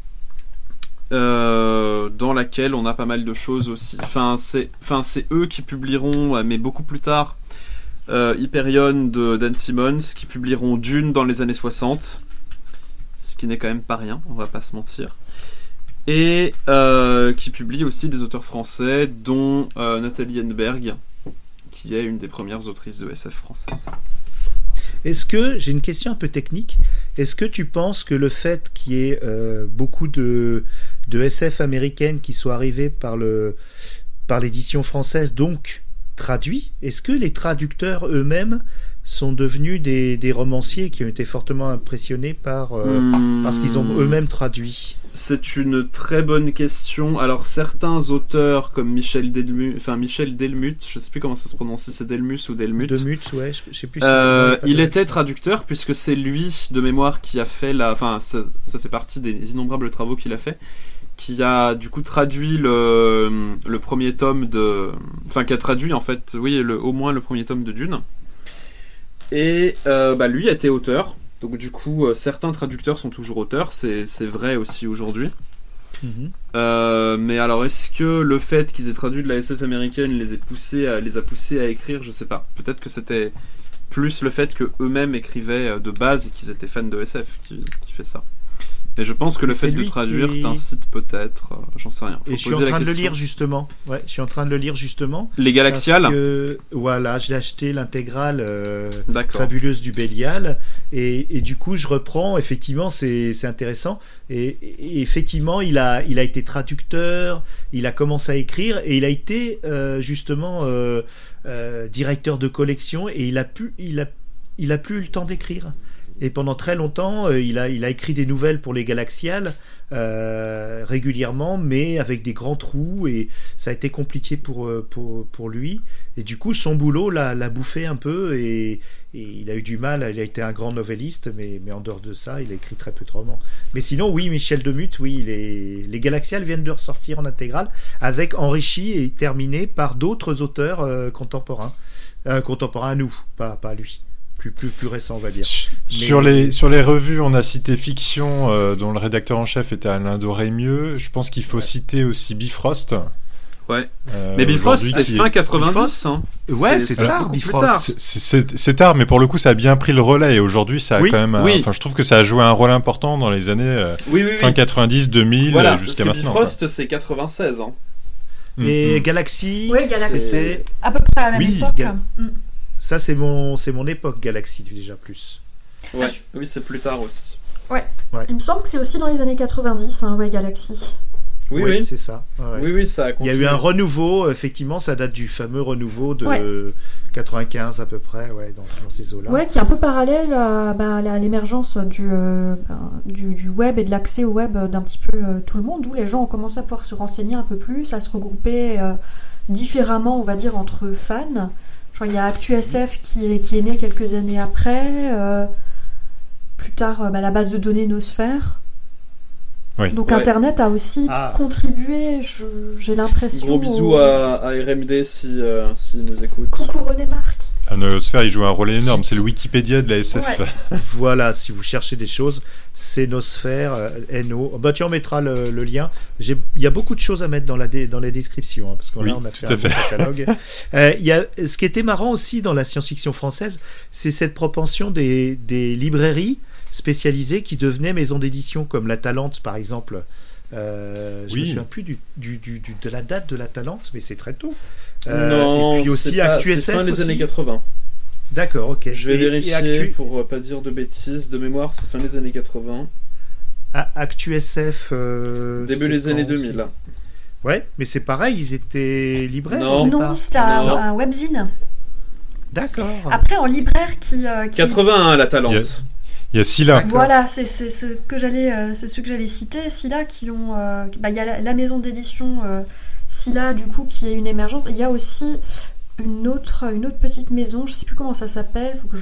Dans laquelle on a pas mal de choses aussi. Enfin, c'est eux qui publieront, mais beaucoup plus tard, Hyperion de Dan Simmons, qui publieront Dune dans les années 60, ce qui n'est quand même pas rien, on va pas se mentir. Et qui publie aussi des auteurs français, dont Nathalie Henneberg, qui est une des premières autrices de SF françaises. Est-ce que, j'ai une question un peu technique, est-ce que tu penses que le fait qu'il y ait beaucoup de SF américaines qui soient arrivées par l'édition française, donc traduits, est-ce que les traducteurs eux-mêmes sont devenus des romanciers qui ont été fortement impressionnés par ce qu'ils ont eux-mêmes traduit? C'est une très bonne question. Alors certains auteurs comme Michel Delmuth, je sais plus comment ça se prononce, si c'est Delmus ou Delmuth. Delmuth, ouais, je sais plus. Il était traducteur puisque c'est lui de mémoire qui a fait ça fait partie des innombrables travaux qu'il a fait, qui a du coup traduit le premier tome qui a traduit en fait, au moins le premier tome de Dune. Et lui était auteur. Donc du coup, certains traducteurs sont toujours auteurs, c'est vrai aussi aujourd'hui. Mais alors, est-ce que le fait qu'ils aient traduit de la SF américaine les a poussés à écrire? Je sais pas. Peut-être que c'était plus le fait qu'eux-mêmes écrivaient de base et qu'ils étaient fans de SF qui fait ça. Mais je pense que le fait de traduire t'incite peut-être, j'en sais rien. Et je suis en train de le lire justement. Ouais, je suis en train de le lire justement. Les Galaxiales. Voilà, j'ai acheté l'intégrale fabuleuse du Bélial et du coup je reprends. Effectivement, c'est intéressant et effectivement il a été traducteur, il a commencé à écrire et il a été justement directeur de collection et il a plus eu le temps d'écrire. Et pendant très longtemps, il a écrit des nouvelles pour les Galaxiales régulièrement, mais avec des grands trous, et ça a été compliqué pour lui. Et du coup, son boulot l'a bouffé un peu, et il a eu du mal. Il a été un grand novelliste, mais en dehors de ça, il a écrit très peu de romans. Mais sinon, oui, Michel Delmuth, oui, les Galaxiales viennent de ressortir en intégrale, avec enrichi et terminé par d'autres auteurs contemporains à nous, pas à lui. Plus récent, on va dire. Sur les revues, on a cité Fiction, dont le rédacteur en chef était Alain Doré-Mieux. Je pense qu'il faut citer aussi Bifrost. Ouais. Mais Bifrost, c'est fin 90. Hein. Ouais, c'est tard, Bifrost. C'est tard, mais pour le coup, ça a bien pris le relais. Et aujourd'hui, ça a quand même. Enfin, je trouve que ça a joué un rôle important dans les années fin 90, 2000, voilà, jusqu'à maintenant. Bifrost, c'est 96. Hein. Et Galaxy. Oui, Galaxy. C'est à peu près à la même époque. Ça, c'est mon époque Galaxy, déjà plus. Ouais. Oui, c'est plus tard aussi. Ouais. Il me semble que c'est aussi dans les années 90, Galaxy. Oui. C'est ça. Ouais. Oui, ça a Il y a eu un renouveau, effectivement, ça date du fameux renouveau de 95 à peu près, dans ces eaux-là. Ouais, qui est un peu parallèle à l'émergence du web et de l'accès au web d'un petit peu tout le monde, où les gens ont commencé à pouvoir se renseigner un peu plus, à se regrouper différemment, on va dire, entre fans. Genre, il y a ActuSF qui est né quelques années après, plus tard la base de données Nosphère. Oui. Donc Internet a aussi contribué, j'ai l'impression. Gros bisous à RMD s'il nous écoute. Coucou René Marc. Nosphère, il joue un rôle énorme, c'est le Wikipédia de la SF. Ouais. Voilà, si vous cherchez des choses, c'est Nosphère, NO. Tu en mettras le lien. Il y a beaucoup de choses à mettre dans les descriptions, parce qu'on on a fait un bon catalogue. Ce qui était marrant aussi dans la science-fiction française, c'est cette propension des librairies spécialisées qui devenaient maisons d'édition, comme La Talente par exemple. Je me souviens plus de la date de La Talente, mais c'est très tôt. Non, et puis aussi ActuSF, c'est fin des aussi. années 80. D'accord, ok. Je vais vérifier pour pas dire de bêtises. De mémoire, c'est fin des années 80. ActuSF. Début des années 2000. Là. Ouais, mais c'est pareil, ils étaient libraires. Non, c'était un webzine. D'accord. Après, en libraire qui 81, La Talente. Il y a Scylla. Voilà, c'est ce que j'allais citer. Scylla qui ont. Il y a la maison d'édition Scylla, du coup, qui est une émergence. Il y a aussi une autre petite maison, je sais plus comment ça s'appelle, faut que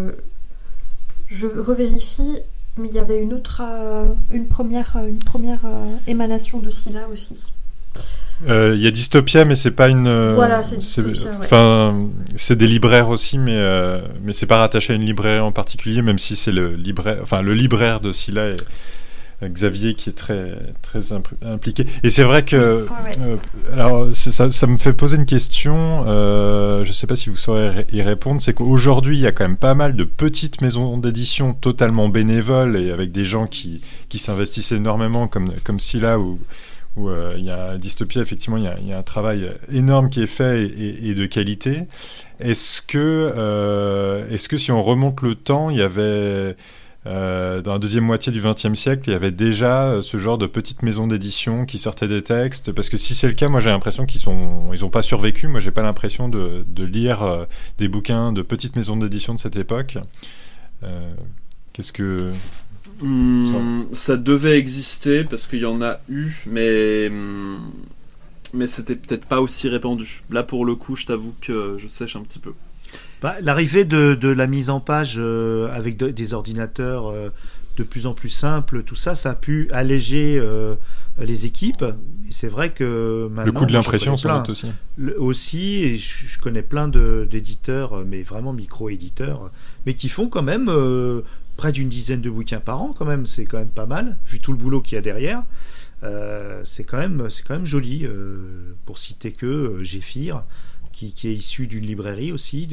je revérifie. Mais il y avait une première émanation de Scylla aussi. Il y a Dystopia, mais c'est pas une. Voilà, c'est Dystopia. Enfin, c'est des libraires aussi, mais c'est pas rattaché à une librairie en particulier, même si c'est le libraire de Scylla et Xavier qui est très très impliqué. Et c'est vrai que alors ça me fait poser une question. Je sais pas si vous saurez y répondre. C'est qu'aujourd'hui, il y a quand même pas mal de petites maisons d'édition totalement bénévoles et avec des gens qui s'investissent énormément, comme Scylla où il y a Dystopia, effectivement, il y a un travail énorme qui est fait et de qualité. Est-ce que si on remonte le temps, il y avait dans la deuxième moitié du XXe siècle, il y avait déjà ce genre de petites maisons d'édition qui sortaient des textes? Parce que si c'est le cas, moi j'ai l'impression qu'ils ont pas survécu. Moi j'ai pas l'impression de lire des bouquins de petites maisons d'édition de cette époque. Qu'est-ce que... ça devait exister parce qu'il y en a eu, mais c'était peut-être pas aussi répandu. Là, pour le coup, je t'avoue que je sèche un petit peu. L'arrivée de la mise en page avec des ordinateurs de plus en plus simples, tout ça, ça a pu alléger les équipes. Et c'est vrai que maintenant... Le coût de l'impression, sans doute aussi. Aussi, et je connais plein d'éditeurs, mais vraiment micro-éditeurs, mais qui font quand même... près d'une dizaine de bouquins par an, quand même, c'est quand même pas mal, vu tout le boulot qu'il y a derrière. C'est quand même joli, pour citer que Géphir, qui est issu d'une librairie aussi,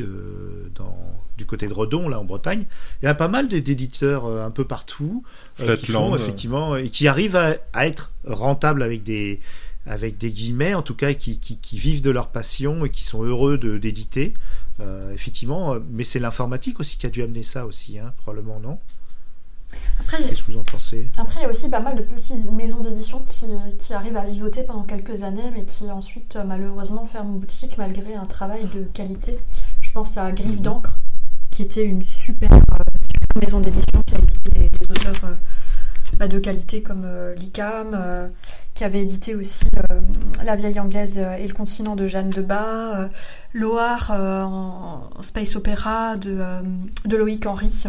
du côté de Redon, là, en Bretagne. Il y a pas mal d'éditeurs un peu partout, qui font, effectivement, et qui arrivent à être rentables avec des guillemets, en tout cas, qui vivent de leur passion et qui sont heureux d'éditer. Effectivement, mais c'est l'informatique aussi qui a dû amener ça aussi, probablement, non? Qu'est-ce que vous en pensez? Après, il y a aussi pas mal de petites maisons d'édition qui arrivent à vivoter pendant quelques années, mais qui ensuite, malheureusement, ferment boutique malgré un travail de qualité. Je pense à Griffe d'encre, qui était une super maison d'édition qui a édité des auteurs de qualité comme l'ICAM, qui avait édité aussi La vieille anglaise et le continent de Jeanne Debat, Loire en space opéra de Loïc Henry.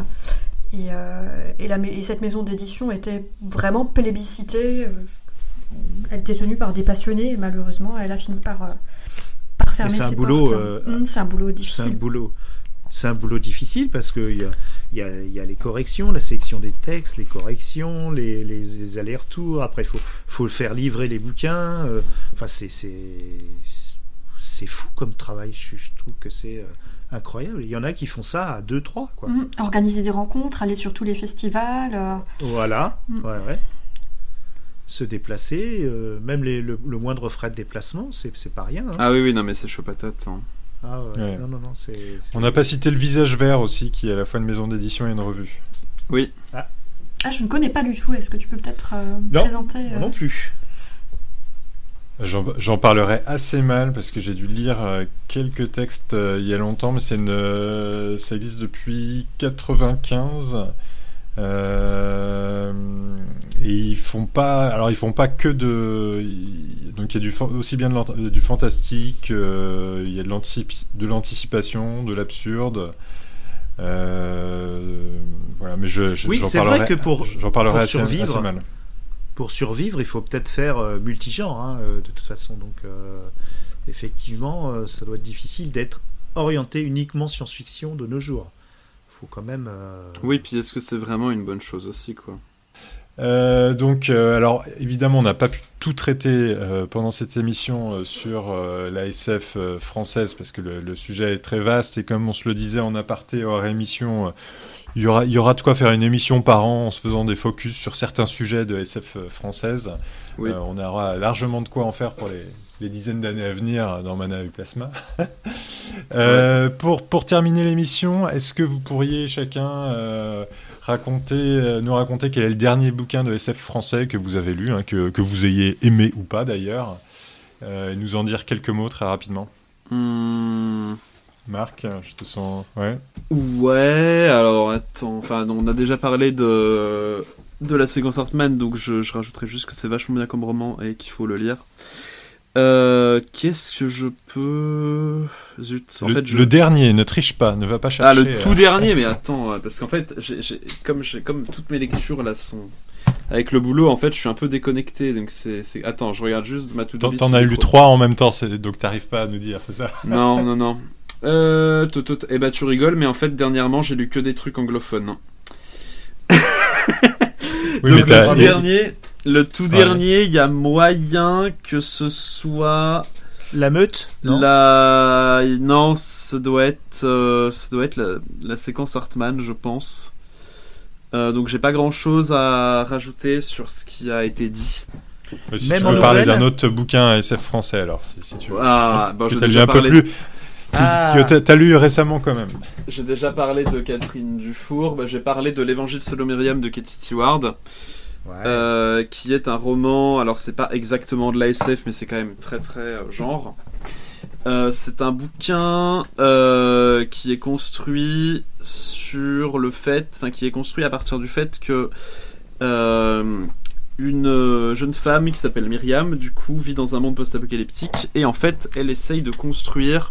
Et cette maison d'édition était vraiment plébiscitée. Elle était tenue par des passionnés et malheureusement, elle a fini par fermer ses portes. C'est un boulot difficile. C'est un boulot difficile parce qu'il y a les corrections, la sélection des textes, les corrections, les allers-retours. Après, il faut faire livrer les bouquins. Enfin, c'est fou comme travail. Je trouve que c'est incroyable. Il y en a qui font ça à 2-3, quoi. Organiser des rencontres, aller sur tous les festivals. Voilà, ouais. Se déplacer, même le moindre frais de déplacement, c'est pas rien. Ah oui, non, mais c'est chaud patate. Ah ouais. Non, c'est... On n'a pas cité Le Visage Vert aussi, qui est à la fois une maison d'édition et une revue. Oui. Je ne connais pas du tout. Est-ce que tu peux peut-être présenter Non plus. J'en parlerai assez mal parce que j'ai dû lire quelques textes il y a longtemps, mais ça existe depuis 95. Et ils font pas que donc il y a aussi bien du fantastique, il y a de l'anticipation, de l'absurde. Voilà, mais oui, c'est vrai que j'en parlerai assez mal. Pour survivre, il faut peut-être faire multigenre, hein, de toute façon. Donc, effectivement, ça doit être difficile d'être orienté uniquement science-fiction de nos jours. Il faut quand même... Oui, puis est-ce que c'est vraiment une bonne chose aussi, quoi ? Alors évidemment, on n'a pas pu tout traiter pendant cette émission sur la SF française parce que le sujet est très vaste et comme on se le disait en aparté hors émission, il y aura de quoi faire une émission par an en se faisant des focus sur certains sujets de SF française. Oui. On aura largement de quoi en faire pour les dizaines d'années à venir dans Mana et Plasma. Pour terminer l'émission, est-ce que vous pourriez chacun nous raconter quel est le dernier bouquin de SF français que vous avez lu, hein, que vous ayez aimé ou pas d'ailleurs, et nous en dire quelques mots très rapidement. Marc, je te sens... Ouais, alors attends, on a déjà parlé de la séquence Hartman, donc je rajouterai juste que c'est vachement bien comme roman et qu'il faut le lire. Qu'est-ce que je peux... Zut, le dernier, ne triche pas, ne va pas chercher... Ah, le tout dernier, mais attends, parce qu'en fait, comme toutes mes lectures là sont... Avec le boulot, en fait, je suis un peu déconnecté, donc c'est... Attends, je regarde juste ma to-do list. T'en as lu 3 en même temps, donc t'arrives pas à nous dire, c'est ça ? Non. Eh ben, tu rigoles, mais en fait, dernièrement, j'ai lu que des trucs anglophones. Oui, donc, le tout dernier, il y a moyen que ce soit... La Meute ? Non, ça doit être la séquence Hartman, je pense. Donc j'ai pas grand chose à rajouter sur ce qui a été dit. Si tu veux parler d'un autre bouquin SF français, alors si tu veux. J'ai t'as lu déjà un peu parlé. plus. T'as lu récemment quand même. J'ai déjà parlé de Catherine Dufour. J'ai parlé de l'Évangile selon Myriam de Katie Stewart. Ouais. Qui est un roman, alors c'est pas exactement de la SF, mais c'est quand même très très genre. C'est un bouquin qui est construit qui est construit à partir du fait que une jeune femme qui s'appelle Myriam, du coup, vit dans un monde post-apocalyptique et en fait, elle essaye de construire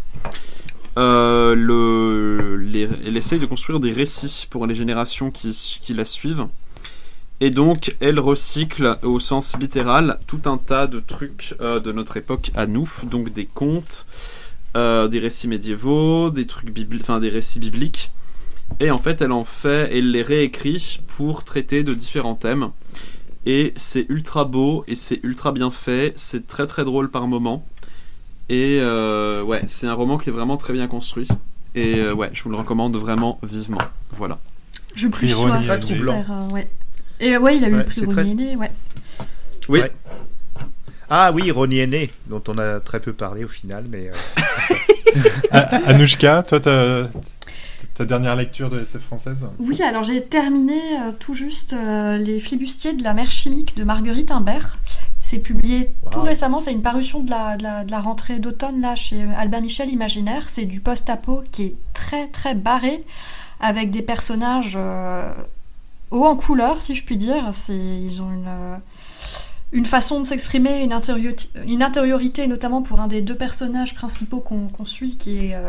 elle essaye de construire des récits pour les générations qui la suivent. Et donc, elle recycle, au sens littéral, tout un tas de trucs de notre époque à nous, donc des contes, des récits médiévaux, des récits bibliques. Et en fait, elle les réécrit pour traiter de différents thèmes. Et c'est ultra beau, et c'est ultra bien fait, c'est très très drôle par moments. Et c'est un roman qui est vraiment très bien construit. Et je vous le recommande vraiment vivement. Voilà. Je plus sois, c'est super. Et il a eu le prix Ronnie Aîné, Oui. Ouais. Ah oui, Ronnie Aîné, dont on a très peu parlé au final, mais... Anouchka, toi, ta dernière lecture de SF française ? Oui, alors j'ai terminé tout juste Les flibustiers de la mer chimique de Marguerite Imbert. C'est publié tout récemment, c'est une parution de la rentrée d'automne là, chez Albin Michel Imaginaire. C'est du post-apo qui est très très barré, avec des personnages... haut en couleur, si je puis dire. Ils ont une façon de s'exprimer, une intériorité, notamment pour un des deux personnages principaux qu'on suit, qui est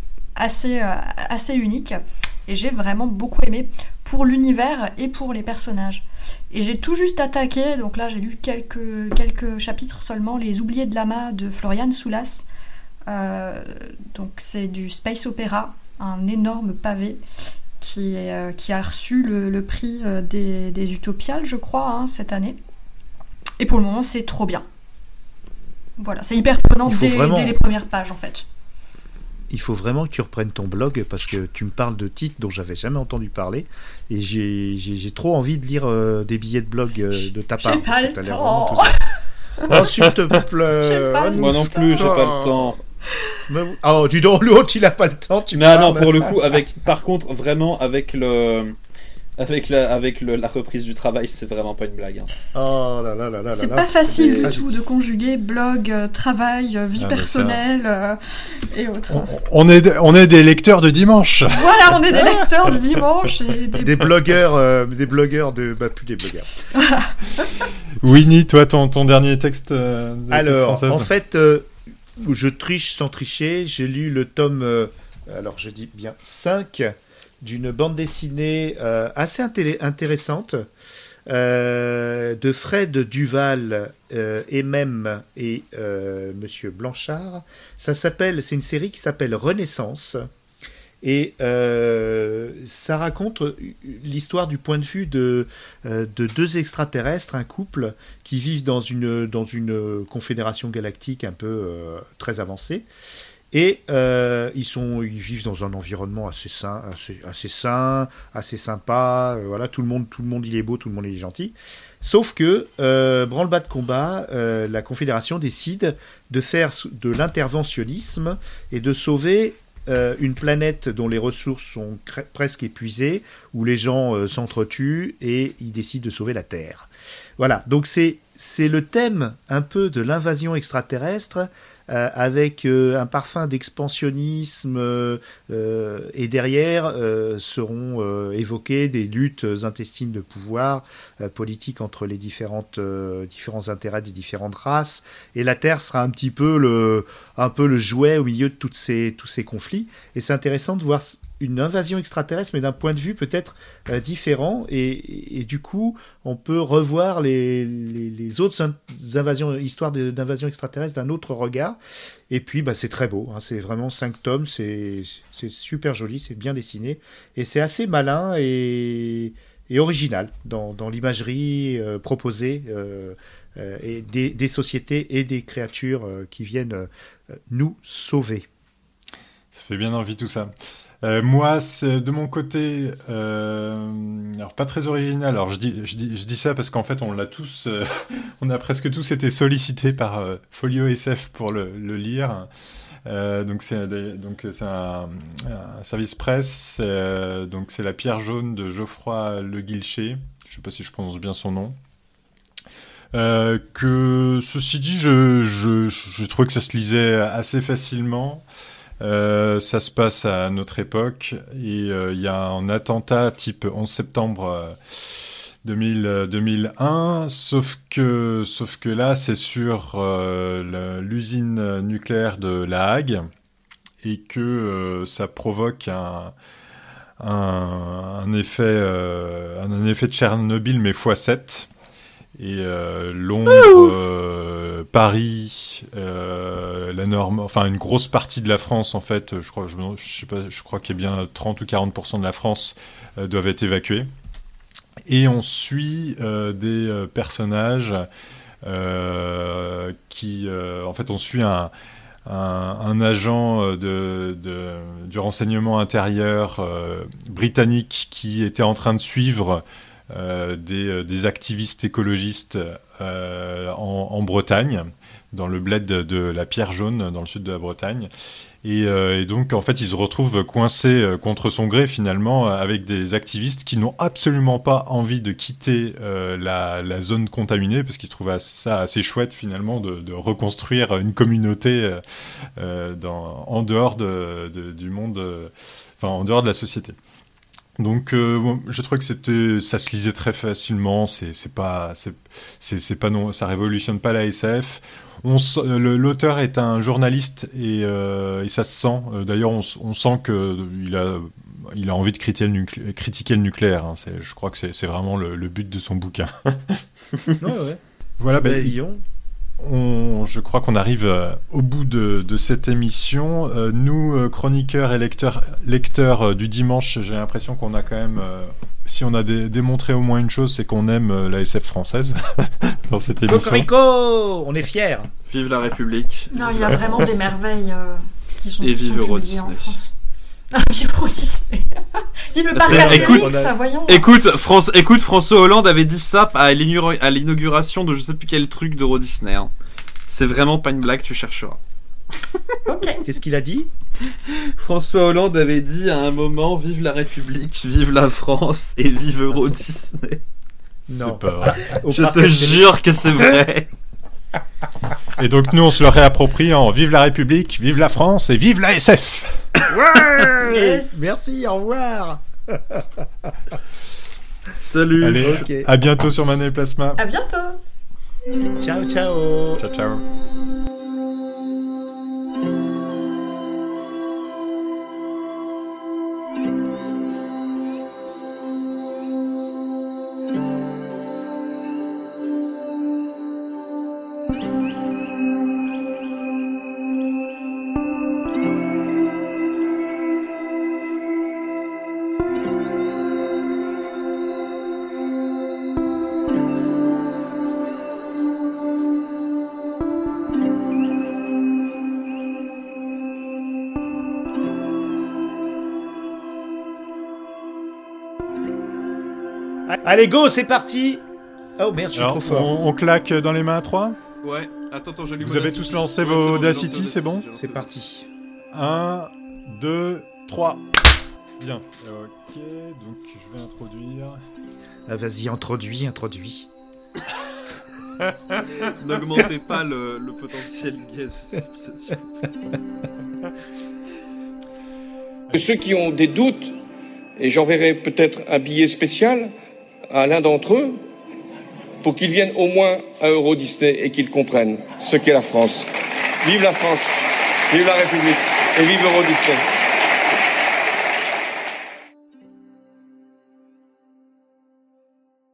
assez unique. Et j'ai vraiment beaucoup aimé pour l'univers et pour les personnages. Et j'ai tout juste attaqué, donc là j'ai lu quelques chapitres seulement, Les Oubliés de Lama de Florian Soulas. Donc c'est du space opéra, un énorme pavé. Qui a reçu le prix des Utopiales, je crois, cette année. Et pour le moment, c'est trop bien. Voilà, c'est hyper prenant dès les premières pages, en fait. Il faut vraiment que tu reprennes ton blog, parce que tu me parles de titres dont j'avais jamais entendu parler, et j'ai trop envie de lire des billets de blog de ta part. J'ai pas le temps. Oh, s'il te plaît. Moi non plus, j'ai pas le temps. Oh, dis donc, l'autre, il a pas le temps. Non, pour le coup, par contre, vraiment, avec Avec la reprise du travail, c'est vraiment pas une blague. Hein. Oh là là là là. C'est là, pas facile des... du tout de conjuguer blog, travail, vie personnelle et autres. On est des lecteurs de dimanche. Voilà, on est des lecteurs du dimanche. Et des blogueurs de... Bah, plus des blogueurs. Winnie, toi, ton dernier texte de Alors, française. en fait, je triche sans tricher. J'ai lu le tome, alors je dis bien 5, d'une bande dessinée assez intéressante de Fred Duval et Monsieur Blanchard. C'est une série qui s'appelle Renaissance. Et ça raconte l'histoire du point de vue de deux extraterrestres, un couple qui vivent dans une confédération galactique un peu très avancée. Et ils vivent dans un environnement assez sain, assez sympa. Voilà, tout le monde il est beau, tout le monde il est gentil. Sauf que, branle-bas de combat, la confédération décide de faire de l'interventionnisme et de sauver une planète dont les ressources sont presque épuisées, où les gens s'entretuent, et ils décident de sauver la Terre. Voilà, donc c'est le thème un peu de l'invasion extraterrestre, avec un parfum d'expansionnisme, et derrière seront évoquées des luttes intestines de pouvoir politique entre les différents intérêts des différentes races, et la Terre sera un peu le jouet au milieu de tous ces conflits. Et c'est intéressant de voir une invasion extraterrestre, mais d'un point de vue peut-être différent, et du coup on peut revoir les autres histoires d'invasion extraterrestre d'un autre regard. Et puis c'est très beau, hein, c'est vraiment 5 tomes, c'est super joli, c'est bien dessiné, et c'est assez malin et original dans l'imagerie proposée, et des sociétés et des créatures qui viennent nous sauver. Ça fait bien envie tout ça. Moi, c'est de mon côté, alors pas très original. Alors je dis ça parce qu'en fait, on l'a tous, on a presque tous été sollicités par Folio SF pour le lire. Donc c'est un service presse. Donc c'est La Pierre jaune de Geoffroy Le Guilcher. Je sais pas si je prononce bien son nom. Que ceci dit, je trouvais que ça se lisait assez facilement. Ça se passe à notre époque, et il y a un attentat type 11 septembre 2001, sauf que là c'est sur l'usine nucléaire de La Hague, et que ça provoque un effet de Tchernobyl mais x7. Et Londres, Paris, une grosse partie de la France, en fait, je crois qu'il y a bien 30 ou 40% de la France doivent être évacués. Et on suit des personnages qui, en fait, on suit un agent du renseignement intérieur britannique qui était en train de suivre des activistes écologistes en Bretagne, dans le bled de la Pierre jaune, dans le sud de la Bretagne. Et donc, en fait, il se retrouve coincé contre son gré, finalement, avec des activistes qui n'ont absolument pas envie de quitter la zone contaminée, parce qu'ils trouvaient ça assez chouette, finalement, de reconstruire une communauté en dehors du monde, en dehors de la société. Donc, je trouvais que ça se lisait très facilement. C'est pas non, ça révolutionne pas la SF. L'auteur est un journaliste, et ça se sent. D'ailleurs, on sent que il a envie de critiquer le nucléaire. Hein. Je crois que c'est vraiment le but de son bouquin. Ouais. Voilà. Je crois qu'on arrive au bout de cette émission. Nous, chroniqueurs et lecteurs du dimanche, j'ai l'impression qu'on a quand même, si on a démontré au moins une chose, c'est qu'on aime la SF française dans cette émission. Cocorico, on est fiers. Vive la République. Non, il y a vraiment des merveilles qui sont vive publiées en France. Vive Euro Disney. Vive le parc Astérix, voyons. Écoute, François Hollande avait dit ça à l'inauguration de je sais plus quel truc d'Euro Disney. Hein. C'est vraiment pas une blague, tu chercheras. Ok. Qu'est-ce qu'il a dit? François Hollande avait dit à un moment: vive la République, vive la France et vive Euro Disney. Non. C'est pas vrai. Je te jure que c'est vrai. Et donc nous on se le réapproprie en vive la République, vive la France et vive la SF. Ouais. Yes. Merci, au revoir. Salut. Allez, Ok. à bientôt sur Mana et Plasma. À bientôt. Ciao, ciao. Ciao ciao. Allez, go, c'est parti. Oh merde, je suis Alors, trop fort. on claque dans les mains à 3. Ouais, attends, j'allume Vous avez Audacity. tous lancé Ouais, vos c'est bon, j'ai Audacity, lancé c'est bon j'ai lancé C'est Audacity. parti. 1, 2, 3. Bien. Ok, donc je vais introduire. Ah, vas-y, introduis. N'augmentez pas le potentiel gay de cette obsession. Ceux qui ont des doutes, et j'enverrai peut-être un billet spécial à l'un d'entre eux, pour qu'ils viennent au moins à Euro Disney et qu'ils comprennent ce qu'est la France. Vive la France, vive la République et vive Euro Disney.